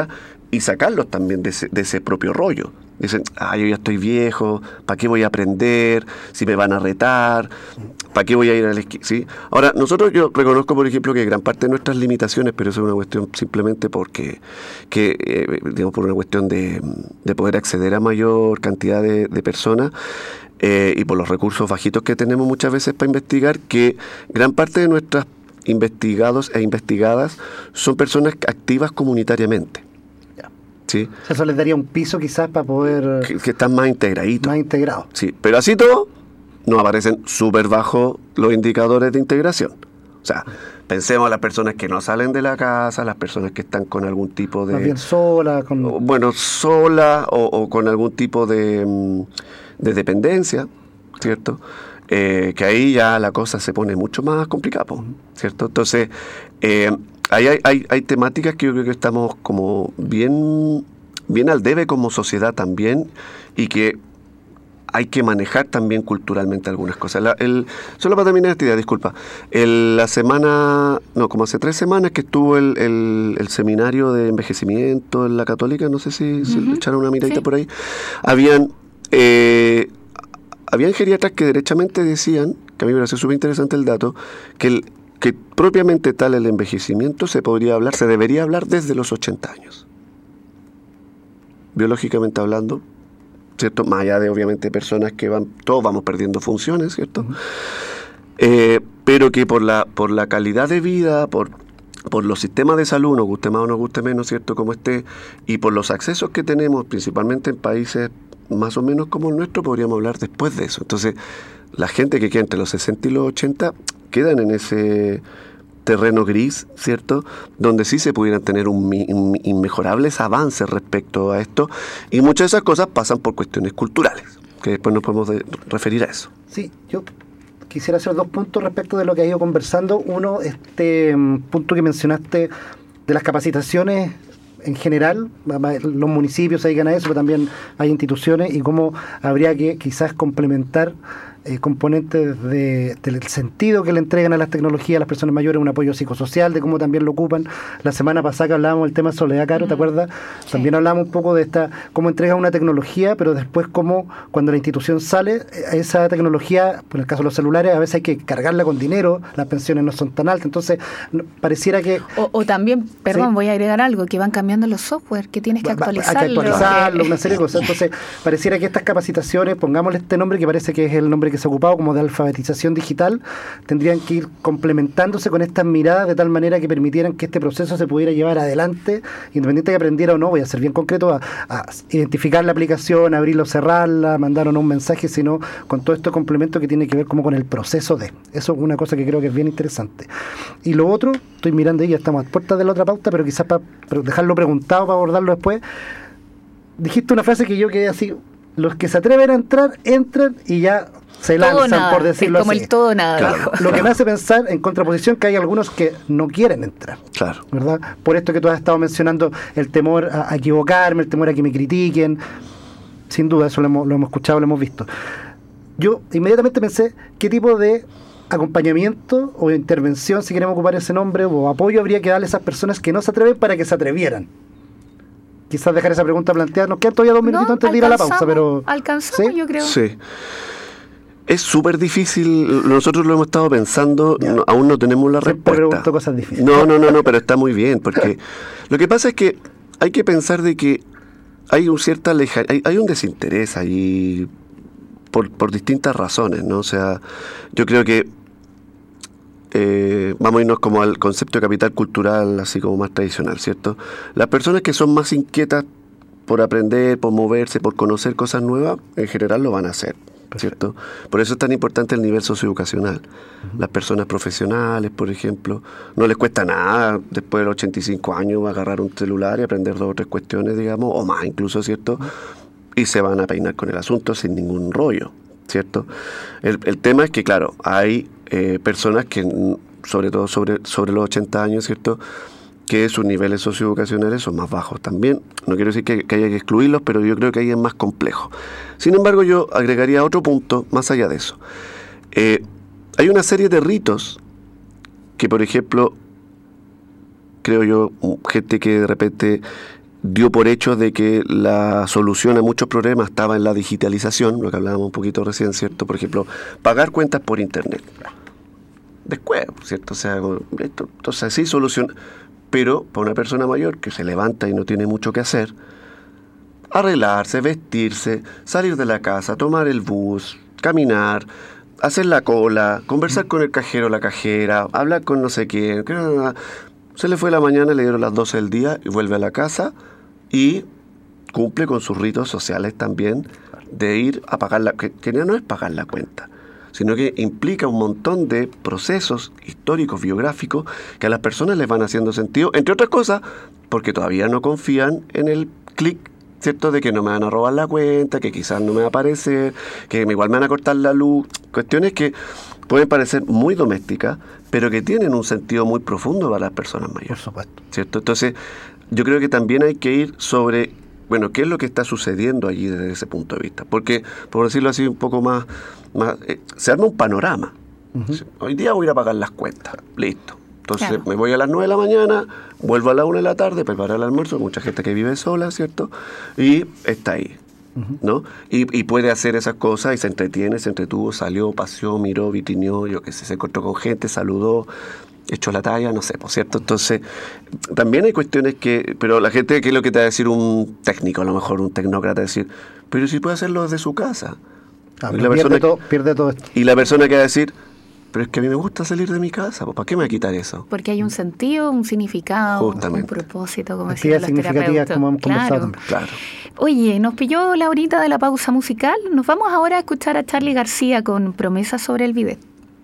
y sacarlos también de ese propio rollo. Dicen, yo ya estoy viejo, ¿para qué voy a aprender? Si me van a retar, ¿para qué voy a ir a la esquina? ¿Sí? Ahora, yo reconozco, por ejemplo, que gran parte de nuestras limitaciones, pero eso es una cuestión simplemente porque, digamos, por una cuestión de poder acceder a mayor cantidad de personas, y por los recursos bajitos que tenemos muchas veces para investigar, que gran parte de nuestras investigados e investigadas son personas activas comunitariamente. ¿Sí?
Eso les daría un piso quizás para poder...
Que están más integraditos.
Más integrados.
Sí, pero así todo, nos aparecen súper bajos los indicadores de integración. O sea, pensemos a las personas que no salen de la casa, las personas que están con algún tipo de...
Más bien sola.
Sola o con algún tipo de dependencia, ¿cierto? Que ahí ya la cosa se pone mucho más complicada, ¿cierto? Entonces, hay temáticas que yo creo que estamos como bien al debe como sociedad también, y que hay que manejar también culturalmente algunas cosas. Solo para terminar esta idea, disculpa. Como hace 3 semanas que estuvo el seminario de envejecimiento en la Católica, no sé si le echaron una miradita por ahí. Habían geriatras que derechamente decían, que a mí me pareció súper interesante el dato, que propiamente tal el envejecimiento se debería hablar desde los 80 años. Biológicamente hablando, ¿cierto? Más allá de, obviamente, personas que todos vamos perdiendo funciones, ¿cierto? Pero que por la calidad de vida, por los sistemas de salud, nos guste más o nos guste menos, ¿cierto? Como y por los accesos que tenemos, principalmente en países más o menos como el nuestro, podríamos hablar después de eso. Entonces, la gente que queda entre los 60 y los 80 quedan en ese terreno gris, ¿cierto? Donde sí se pudieran tener inmejorables avances respecto a esto, y muchas de esas cosas pasan por cuestiones culturales, que después nos podemos referir a eso.
Sí, yo quisiera hacer 2 puntos respecto de lo que ha ido conversando. Uno, punto que mencionaste de las capacitaciones en general, los municipios se dedican a eso, pero también hay instituciones, y cómo habría que quizás complementar componentes del sentido que le entregan a las tecnologías a las personas mayores, un apoyo psicosocial, de cómo también lo ocupan. La semana pasada que hablábamos del tema Soledad Caro, ¿te acuerdas? Sí. También hablábamos un poco de cómo entrega una tecnología, pero después cómo cuando la institución sale, esa tecnología, por el caso de los celulares, a veces hay que cargarla con dinero, las pensiones no son tan altas, entonces pareciera que...
O también, perdón, voy a agregar algo, que van cambiando los software, que tienes que actualizarlo.
Hay que actualizarlo, una serie de cosas. Entonces, pareciera que estas capacitaciones, pongámosle este nombre que parece que es el nombre que se ha ocupado como de alfabetización digital, tendrían que ir complementándose con estas miradas de tal manera que permitieran que este proceso se pudiera llevar adelante, independiente de que aprendiera o no, voy a ser bien concreto, a identificar la aplicación, abrirla o cerrarla, mandar o no un mensaje, sino con todo este complemento que tiene que ver como con el proceso de. Eso es una cosa que creo que es bien interesante. Y lo otro, estoy mirando ahí, ya estamos a puertas de la otra pauta, pero quizás para dejarlo preguntado, para abordarlo después, dijiste una frase que yo quedé así: los que se atreven a entrar, entran y ya se lanzan, por decirlo así.
Como el todo nada.
Claro. Lo que me hace pensar, en contraposición, que hay algunos que no quieren entrar.
Claro.
¿Verdad? Por esto que tú has estado mencionando, el temor a equivocarme, el temor a que me critiquen. Sin duda, eso lo hemos escuchado, lo hemos visto. Yo inmediatamente pensé, ¿qué tipo de acompañamiento o intervención, si queremos ocupar ese nombre, o apoyo habría que darle a esas personas que no se atreven para que se atrevieran? Quizás dejar esa pregunta planteada. Nos quedan todavía 2 minutitos antes de ir a la pausa, pero...
Alcanzamos, ¿sí? Yo creo.
Sí. Es súper difícil, nosotros lo hemos estado pensando, aún no tenemos la respuesta.
Pregunto cosas difíciles.
No, pero está muy bien, porque lo que pasa es que hay que pensar de que hay hay un desinterés ahí por distintas razones, ¿no? O sea, yo creo que vamos a irnos como al concepto de capital cultural, así como más tradicional, ¿cierto? Las personas que son más inquietas por aprender, por moverse, por conocer cosas nuevas, en general lo van a hacer, ¿cierto? Por eso es tan importante el nivel socioeducacional. Las personas profesionales, por ejemplo, no les cuesta nada después de los 85 años agarrar un celular y aprender 2 o 3 cuestiones, digamos, o más incluso, ¿cierto? Y se van a peinar con el asunto sin ningún rollo, ¿cierto? El tema es que, claro, hay personas que, sobre todo sobre los 80 años, ¿cierto?, que sus niveles socioeducacionales son más bajos también. No quiero decir que haya que excluirlos, pero yo creo que ahí es más complejo. Sin embargo, yo agregaría otro punto más allá de eso. Hay una serie de ritos que, por ejemplo, creo yo, gente que de repente dio por hecho de que la solución a muchos problemas estaba en la digitalización, lo que hablábamos un poquito recién, ¿cierto? Por ejemplo, pagar cuentas por internet. Después, ¿cierto? O sea, esto, entonces sí solución. Pero para una persona mayor que se levanta y no tiene mucho que hacer, arreglarse, vestirse, salir de la casa, tomar el bus, caminar, hacer la cola, conversar con el cajero o la cajera, hablar con no sé quién. Se le fue la mañana, le dieron las 12 del día y vuelve a la casa y cumple con sus ritos sociales también de ir a pagar que no es pagar la cuenta, sino que implica un montón de procesos históricos, biográficos, que a las personas les van haciendo sentido, entre otras cosas, porque todavía no confían en el clic, ¿cierto?, de que no me van a robar la cuenta, que quizás no me va a aparecer, que igual me van a cortar la luz, cuestiones que pueden parecer muy domésticas, pero que tienen un sentido muy profundo para las personas mayores.
Por supuesto.
¿Cierto? Entonces, yo creo que también hay que ir sobre, bueno, qué es lo que está sucediendo allí desde ese punto de vista. Porque, por decirlo así un poco más se arma un panorama. Hoy día voy a ir a pagar las cuentas. Listo. Entonces, claro, me voy a las 9 de la mañana, vuelvo a las 1 de la tarde, preparar el almuerzo, mucha gente que vive sola, ¿cierto? Y está ahí, ¿no? Y puede hacer esas cosas y se entretiene, se entretuvo, salió, paseó, miró, vitrineó, yo qué sé, se encontró con gente, saludó, echó la talla, no sé, ¿por cierto? Entonces, también hay cuestiones pero la gente, ¿qué es lo que te va a decir un técnico, a lo mejor un tecnócrata, decir, pero si puede hacerlo desde su casa?
Y la persona pierde todo esto.
Y la persona que va a decir, pero es que a mí me gusta salir de mi casa, ¿para qué me va a quitar eso?
Porque hay un sentido, un significado, un propósito, como decían los terapeutas.
Como hemos conversado.
Claro.
Oye, nos pilló la horita de la pausa musical. Nos vamos ahora a escuchar a Charly García con Promesas sobre el bidet.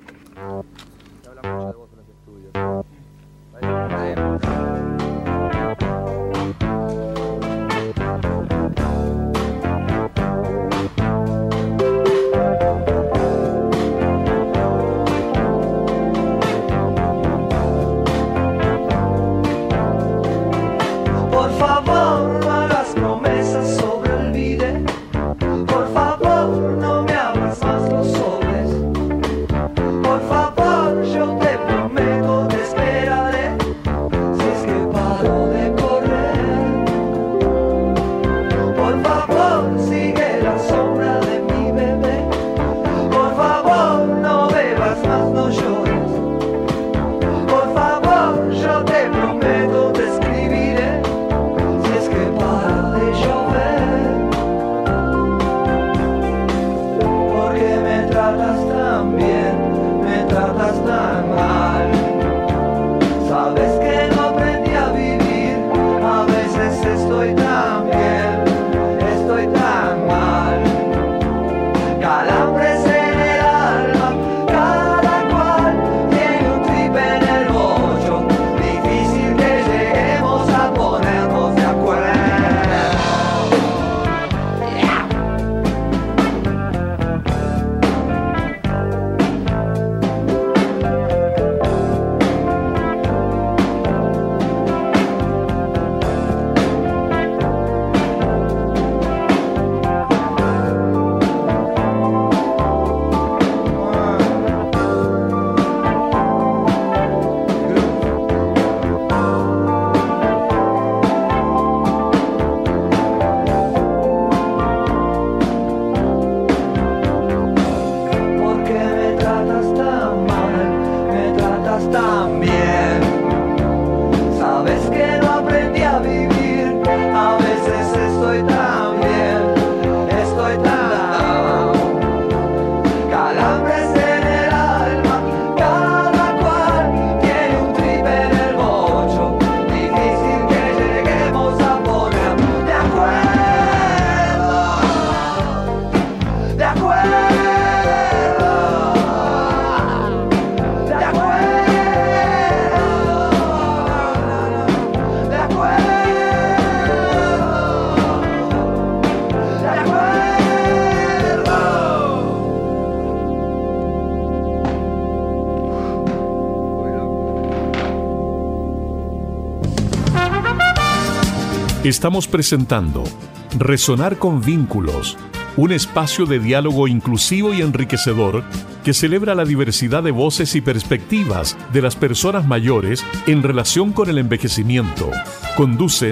Estamos presentando Resonar con Vínculos, un espacio de diálogo inclusivo y enriquecedor que celebra la diversidad de voces y perspectivas de las personas mayores en relación con el envejecimiento. Conducen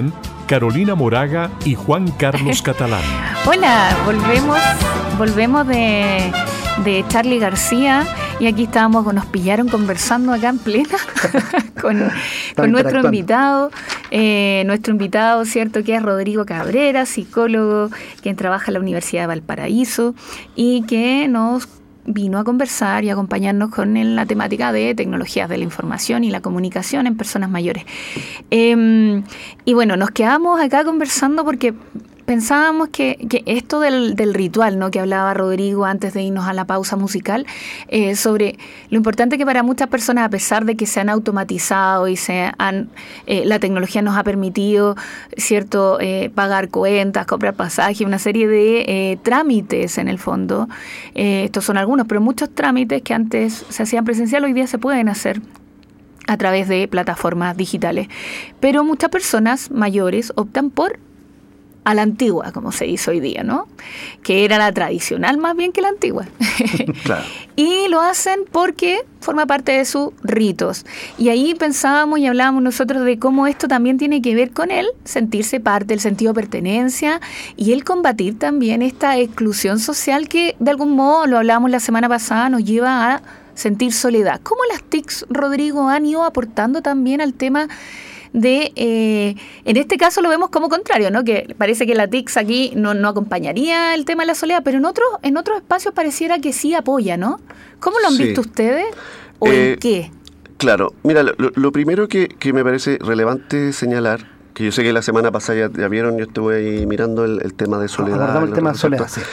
Carolina Moraga y Juan Carlos Catalán.
Hola, volvemos de Charly García, y aquí nos pillaron conversando acá en plena con nuestro invitado, ¿cierto? Que es Rodrigo Cabrera, psicólogo, quien trabaja en la Universidad de Valparaíso y que nos vino a conversar y a acompañarnos con la temática de tecnologías de la información y la comunicación en personas mayores. Y bueno, nos quedamos acá conversando porque pensábamos que esto del ritual, ¿no?, que hablaba Rodrigo antes de irnos a la pausa musical, sobre lo importante que para muchas personas, a pesar de que se han automatizado y la tecnología nos ha permitido, ¿cierto?, pagar cuentas, comprar pasajes, una serie de trámites en el fondo. Estos son algunos, pero muchos trámites que antes se hacían presencial hoy día se pueden hacer a través de plataformas digitales. Pero muchas personas mayores optan por a la antigua, como se dice hoy día, ¿no? Que era la tradicional más bien que la antigua.
Claro.
Y lo hacen porque forma parte de sus ritos. Y ahí pensábamos y hablábamos nosotros de cómo esto también tiene que ver con el sentirse parte, el sentido de pertenencia y el combatir también esta exclusión social que de algún modo, lo hablábamos la semana pasada, nos lleva a sentir soledad. ¿Cómo las TICs, Rodrigo, han ido aportando también al tema en este caso lo vemos como contrario, ¿no? Que parece que la TICS aquí no acompañaría el tema de la soledad, pero en otros espacios pareciera que sí apoya, ¿no? ¿Cómo lo han visto ustedes? ¿O en qué?
Claro, mira, lo primero que me parece relevante señalar, que yo sé que la semana pasada ya vieron, yo estuve ahí mirando el tema de soledad.
Abordamos el tema de soledad, sí.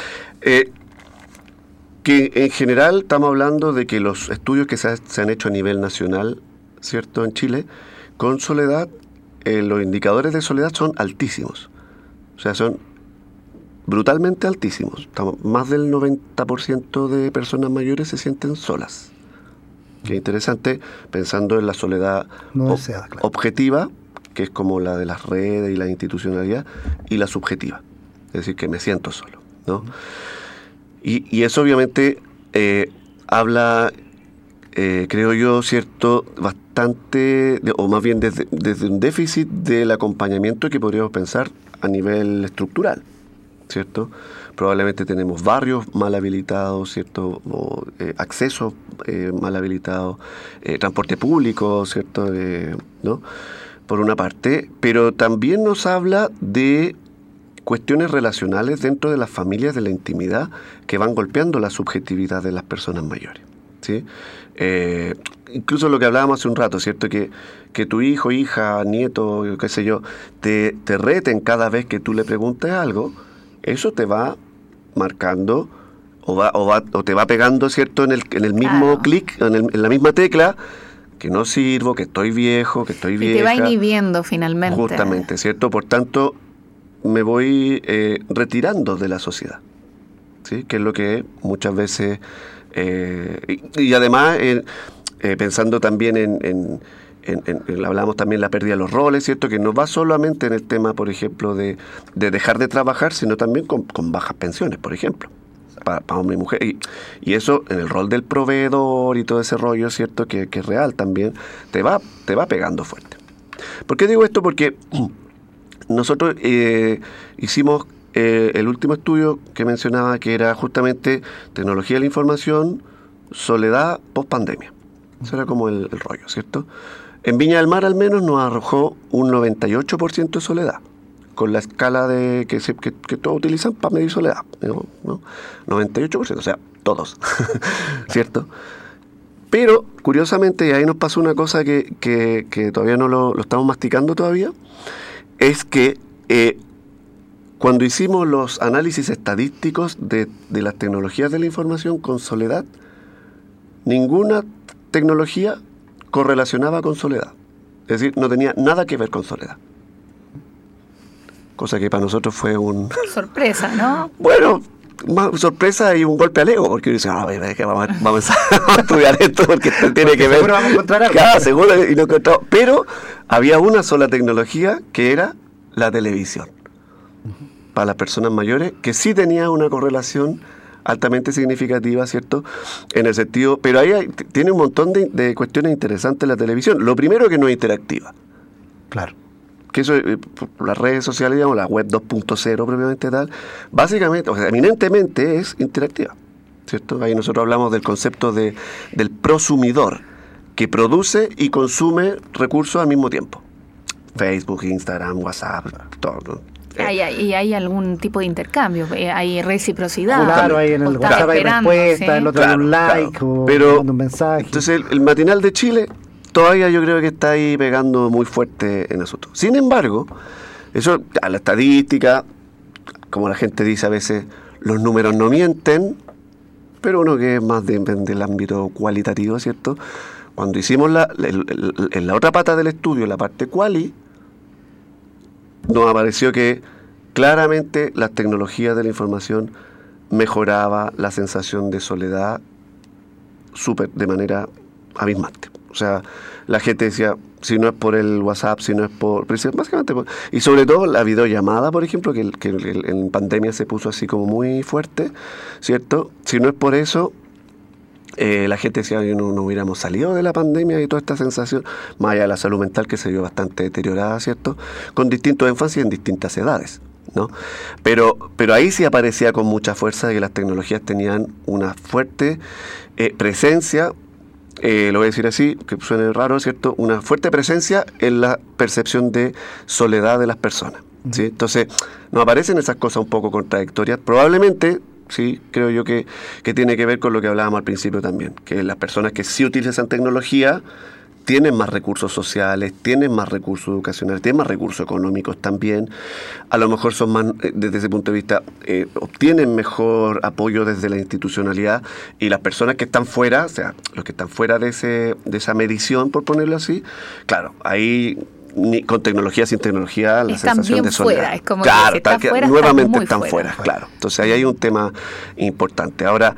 Que en general estamos hablando de que los estudios que se han hecho a nivel nacional, ¿cierto?, en Chile, con soledad, los indicadores de soledad son altísimos. O sea, son brutalmente altísimos. Más del 90% de personas mayores se sienten solas. Qué interesante, pensando en la soledad objetiva, que es como la de las redes y la institucionalidad, y la subjetiva. Es decir, que me siento solo, ¿no? Y eso obviamente habla, creo yo, cierto, bastante, o más bien desde un déficit del acompañamiento que podríamos pensar a nivel estructural, ¿cierto? Probablemente tenemos barrios mal habilitados, ¿cierto? O acceso mal habilitado, transporte público, ¿cierto? ¿No? Por una parte, pero también nos habla de cuestiones relacionales dentro de las familias, de la intimidad, que van golpeando la subjetividad de las personas mayores, ¿sí? Incluso lo que hablábamos hace un rato, ¿cierto? Que tu hijo, hija, nieto, qué sé yo, te reten cada vez que tú le preguntes algo, eso te va marcando o te va pegando, ¿cierto?, en el mismo clic, en la misma tecla, que no sirvo, que estoy viejo, que estoy vieja.
Y te va inhibiendo finalmente.
Justamente, ¿cierto? Por tanto, me voy retirando de la sociedad, ¿sí? Que es lo que muchas veces... y además, pensando también hablamos también de la pérdida de los roles, ¿cierto? Que no va solamente en el tema, por ejemplo, de dejar de trabajar, sino también con bajas pensiones, por ejemplo, para hombre y mujer. Y eso, en el rol del proveedor y todo ese rollo, ¿cierto? Que es real también, te va pegando fuerte. ¿Por qué digo esto? Porque nosotros hicimos el último estudio que mencionaba, que era justamente tecnología de la información, soledad post-pandemia. Eso era como el rollo, ¿cierto? En Viña del Mar al menos nos arrojó un 98% de soledad, con la escala que todos utilizan para medir soledad, ¿no? 98%, o sea, todos, ¿cierto? Pero, curiosamente, y ahí nos pasó una cosa que todavía no lo estamos masticando todavía, es que cuando hicimos los análisis estadísticos de las tecnologías de la información con soledad, ninguna tecnología correlacionaba con soledad. Es decir, no tenía nada que ver con soledad. Cosa que para nosotros fue
sorpresa, ¿no?
Bueno, más sorpresa y un golpe al ego, porque dice, vamos a estudiar esto porque tiene que ver.
Seguro vamos a encontrar algo.
Claro, seguro, y lo encontramos. Pero había una sola tecnología que era la televisión. Para las personas mayores, que sí tenía una correlación altamente significativa, ¿cierto? En el sentido, pero ahí tiene un montón de cuestiones interesantes la televisión. Lo primero, que no es interactiva.
Claro.
que eso, las redes sociales, digamos, la web 2.0 propiamente tal, básicamente, o sea, eminentemente es interactiva, ¿cierto? Ahí nosotros hablamos del concepto del prosumidor, que produce y consume recursos al mismo tiempo. Facebook, Instagram, WhatsApp, todo.
¿Y hay algún tipo de intercambio? ¿Hay reciprocidad?
Claro, hay en el WhatsApp hay respuesta, el otro un like o un mensaje.
Entonces el matinal de Chile todavía yo creo que está ahí pegando muy fuerte en asunto. Sin embargo, eso, a la estadística, como la gente dice a veces, los números no mienten, pero uno que es más del ámbito cualitativo, ¿cierto? Cuando hicimos en la otra pata del estudio, la parte quali, nos apareció que claramente las tecnologías de la información mejoraba la sensación de soledad de manera abismante. O sea, la gente decía, si no es por el WhatsApp, si no es por... Básicamente, y sobre todo la videollamada, por ejemplo, que en pandemia se puso así como muy fuerte, ¿cierto? Si no es por eso, la gente decía que no hubiéramos salido de la pandemia y toda esta sensación, más allá de la salud mental que se vio bastante deteriorada, ¿cierto? Con distintos énfasis en distintas edades, ¿no? Pero ahí sí aparecía con mucha fuerza de que las tecnologías tenían una fuerte presencia, lo voy a decir así, que suene raro, ¿cierto? Una fuerte presencia en la percepción de soledad de las personas, ¿sí? Entonces, nos aparecen esas cosas un poco contradictorias, probablemente. Sí, creo yo que tiene que ver con lo que hablábamos al principio también, que las personas que sí utilizan tecnología tienen más recursos sociales, tienen más recursos educacionales, tienen más recursos económicos también, a lo mejor son más, desde ese punto de vista, obtienen mejor apoyo desde la institucionalidad, y las personas que están fuera, o sea, los que están fuera de esa medición, por ponerlo así, claro, ahí... con tecnología, sin tecnología, la
están
sensación de soledad.
Fuera, es como
claro,
que está fuera,
nuevamente están fuera, claro. Entonces ahí hay un tema importante. Ahora,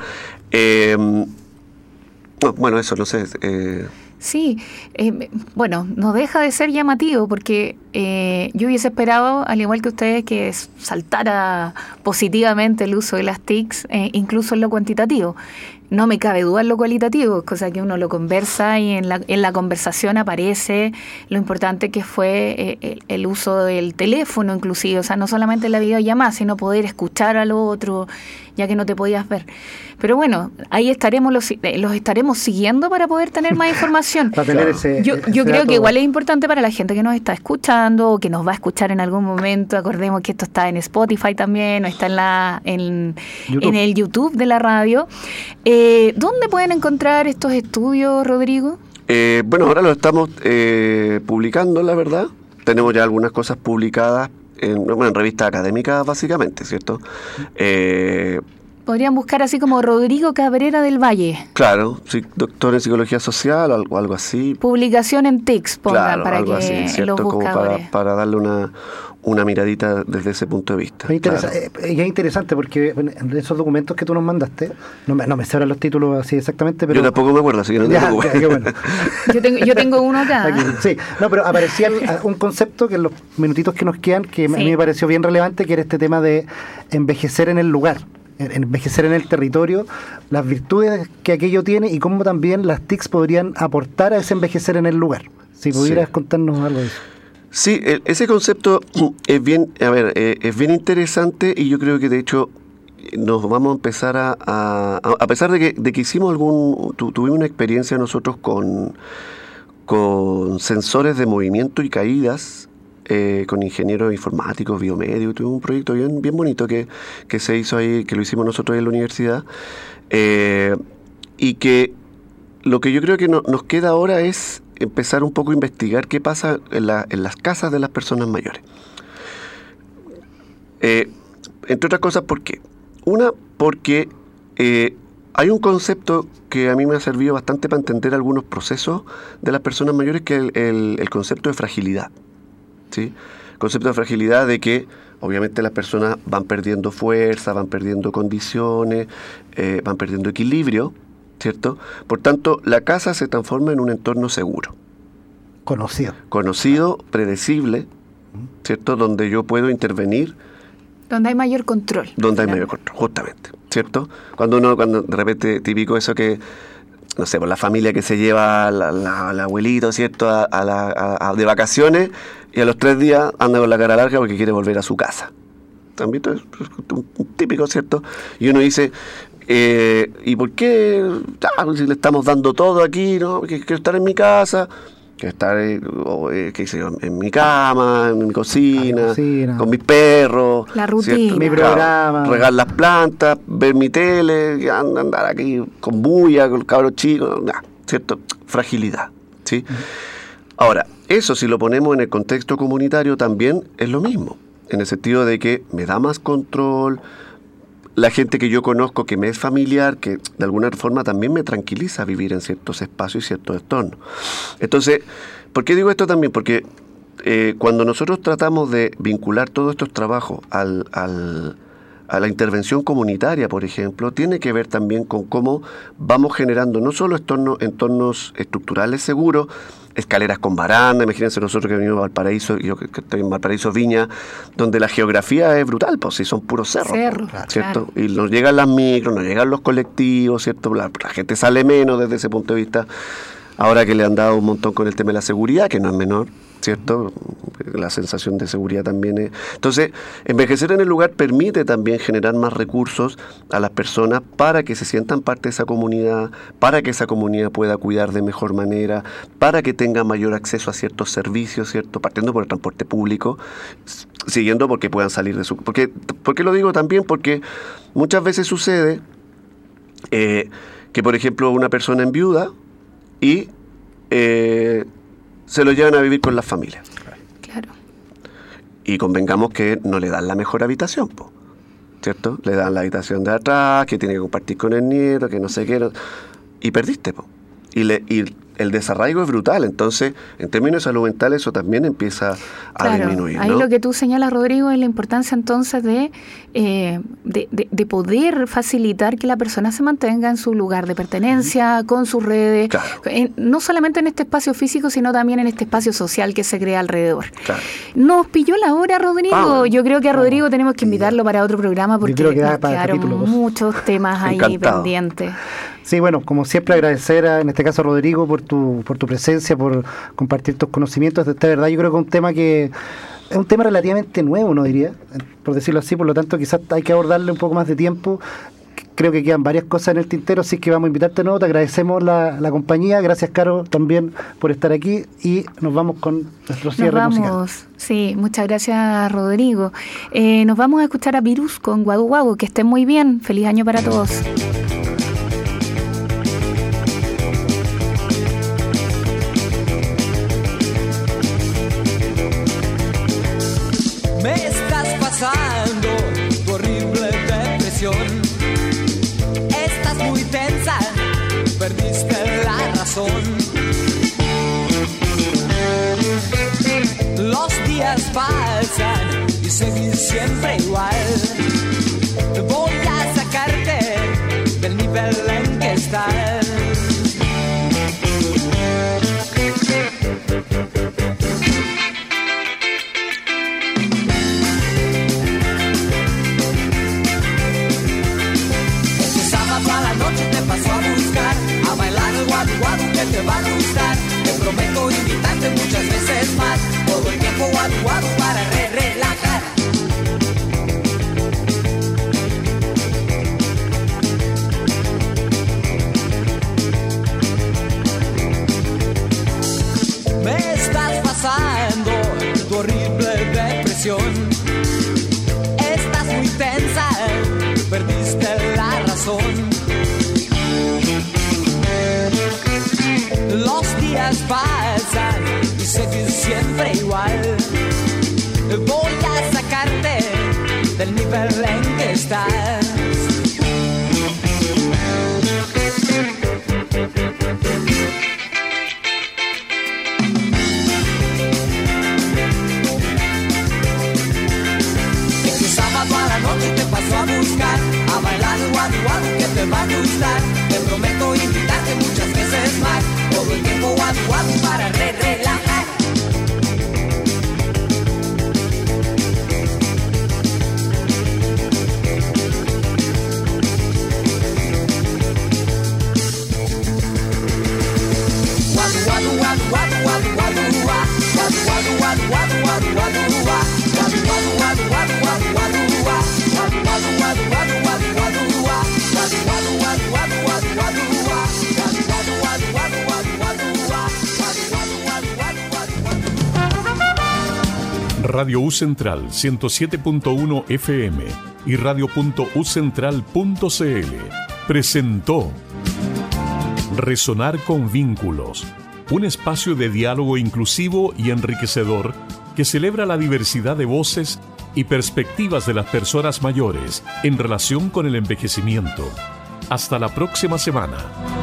bueno, eso no sé.
Sí, bueno, no deja de ser llamativo porque yo hubiese esperado, al igual que ustedes, que saltara positivamente el uso de las TICs, incluso en lo cuantitativo. No me cabe duda en lo cualitativo, cosa que uno lo conversa y en la conversación aparece lo importante que fue el uso del teléfono inclusive, o sea, no solamente la videollamada, sino poder escuchar al otro, ya que no te podías ver. Pero bueno, ahí estaremos los estaremos siguiendo para poder tener más información.
Para tener
yo creo que igual es importante para la gente que nos está escuchando o que nos va a escuchar en algún momento. Acordemos que esto está en Spotify también, o está en el YouTube de la radio. ¿Dónde pueden encontrar estos estudios, Rodrigo?
Bueno, ahora lo estamos publicando, la verdad. Tenemos ya algunas cosas publicadas en revistas académicas, básicamente, ¿cierto?
Podrían buscar así como Rodrigo Cabrera del Valle.
Claro, sí, doctor en psicología social o algo así.
Publicación en TICS, pongan, claro, para que así, los buscadores. Como
para darle una miradita desde ese punto de vista.
Claro. Es interesante porque en esos documentos que tú nos mandaste, no me sé ahora los títulos así exactamente, pero...
Yo tampoco me acuerdo, así que no te preocupes.
Qué bueno.
yo tengo uno acá.
Aquí, sí, pero aparecía un concepto que en los minutitos que nos quedan, que sí, a mí me pareció bien relevante, que era este tema de envejecer en el lugar. Envejecer en el territorio, las virtudes que aquello tiene y cómo también las TICs podrían aportar a ese envejecer en el lugar. Si pudieras contarnos algo de eso.
Sí, ese concepto es bien interesante, y yo creo que de hecho nos vamos a empezar a pesar de que hicimos tuvimos una experiencia nosotros con sensores de movimiento y caídas, con ingenieros informáticos, biomédicos. Tuvimos un proyecto bien bonito que se hizo ahí, que lo hicimos nosotros en la universidad, y que lo que yo creo que nos queda ahora es empezar un poco a investigar qué pasa en las casas de las personas mayores. Entre otras cosas, ¿por qué? Una, porque hay un concepto que a mí me ha servido bastante para entender algunos procesos de las personas mayores, que es el concepto de fragilidad. ¿Sí? Concepto de fragilidad de que obviamente las personas van perdiendo fuerza, van perdiendo condiciones, van perdiendo equilibrio, ¿cierto? Por tanto, la casa se transforma en un entorno seguro. Conocido, predecible, ¿cierto? Donde yo puedo intervenir.
Donde hay mayor control.
Donde hay mayor control, justamente, ¿cierto? Cuando de repente, típico eso que no sé, por la familia que se lleva al abuelito, ¿cierto?, de vacaciones, y a los 3 días anda con la cara larga porque quiere volver a su casa. ¿Han visto? Es un típico, ¿cierto? Y uno dice, ¿y por qué? Si le estamos dando todo aquí, ¿no? Que quiero estar en mi casa, quiero estar qué sé yo, en mi cama, en mi cocina, con mis perros,
la rutina,
mi programa,
regar las plantas, ver mi tele, andar aquí con bulla, con los cabros chicos, ¿cierto? Fragilidad, ¿sí? Ahora, eso si lo ponemos en el contexto comunitario también es lo mismo, en el sentido de que me da más control. La gente que yo conozco, que me es familiar, que de alguna forma también me tranquiliza vivir en ciertos espacios y ciertos entornos. Entonces, ¿por qué digo esto también? Porque cuando nosotros tratamos de vincular todos estos trabajos a la intervención comunitaria, por ejemplo, tiene que ver también con cómo vamos generando no solo entornos estructurales seguros, escaleras con baranda. Imagínense nosotros que venimos a Valparaíso, yo que estoy en Valparaíso Viña, donde la geografía es brutal, pues si son puros cerros, ¿cierto? Claro. Y nos llegan las micros, nos llegan los colectivos, ¿cierto? La gente sale menos desde ese punto de vista. Ahora que le han dado un montón con el tema de la seguridad, que no es menor, ¿cierto? La sensación de seguridad también es... Entonces, envejecer en el lugar permite también generar más recursos a las personas para que se sientan parte de esa comunidad, para que esa comunidad pueda cuidar de mejor manera, para que tenga mayor acceso a ciertos servicios, ¿cierto? Partiendo por el transporte público, siguiendo porque puedan salir de su... ¿Por qué lo digo también? Porque muchas veces sucede que, por ejemplo, una persona enviuda y se lo llevan a vivir con las familias.
Claro.
Y convengamos que no le dan la mejor habitación, ¿cierto? Le dan la habitación de atrás, que tiene que compartir con el nieto, que no sé qué. Y perdiste, Y el desarraigo es brutal. Entonces, en términos de salud mental, eso también empieza a disminuir, ¿no?
Ahí lo que tú señalas, Rodrigo, es la importancia entonces de poder facilitar que la persona se mantenga en su lugar de pertenencia, con sus redes, no solamente en este espacio físico, sino también en este espacio social que se crea alrededor. Claro. Nos pilló la hora, Rodrigo. Yo creo que a Rodrigo tenemos que invitarlo para otro programa porque nos quedaron muchos temas ahí pendientes.
Sí, bueno, como siempre agradecer en este caso a Rodrigo por tu presencia, por compartir tus conocimientos. De verdad, yo creo que es un tema relativamente nuevo, no diría, por decirlo así, por lo tanto quizás hay que abordarle un poco más de tiempo. Creo que quedan varias cosas en el tintero, así que vamos a invitarte de nuevo. Te agradecemos la compañía. Gracias, Caro, también por estar aquí. Y nos vamos con nuestro cierre musical.
Sí, muchas gracias, Rodrigo. Nos vamos a escuchar a Virus con Guadu Guadu. Que estén muy bien. Feliz año para todos.
Me estás pasando tu horrible depresión. Estás muy tensa, perdiste la razón. Los días pasan y seguís siempre igual. Voy a sacarte del nivel en que estás. Te va a gustar, te prometo invitarte muchas veces más. Todo el tiempo guadu guadu para relajar. Me estás pasando tu horrible depresión. Estás muy tensa, perdiste la razón. Los días pasan y seguís siempre igual. Voy a sacarte del nivel en que estás. Este sábado a la noche te paso a buscar, a bailar guadu guadu que te va a gustar. Te prometo invitarte muchas veces más. Todo el tiempo guadu guadu para relajar.
Radio U Central 107.1 FM y radio.ucentral.cl presentó Resonar con Vínculos, un espacio de diálogo inclusivo y enriquecedor que celebra la diversidad de voces y perspectivas de las personas mayores en relación con el envejecimiento. Hasta la próxima semana.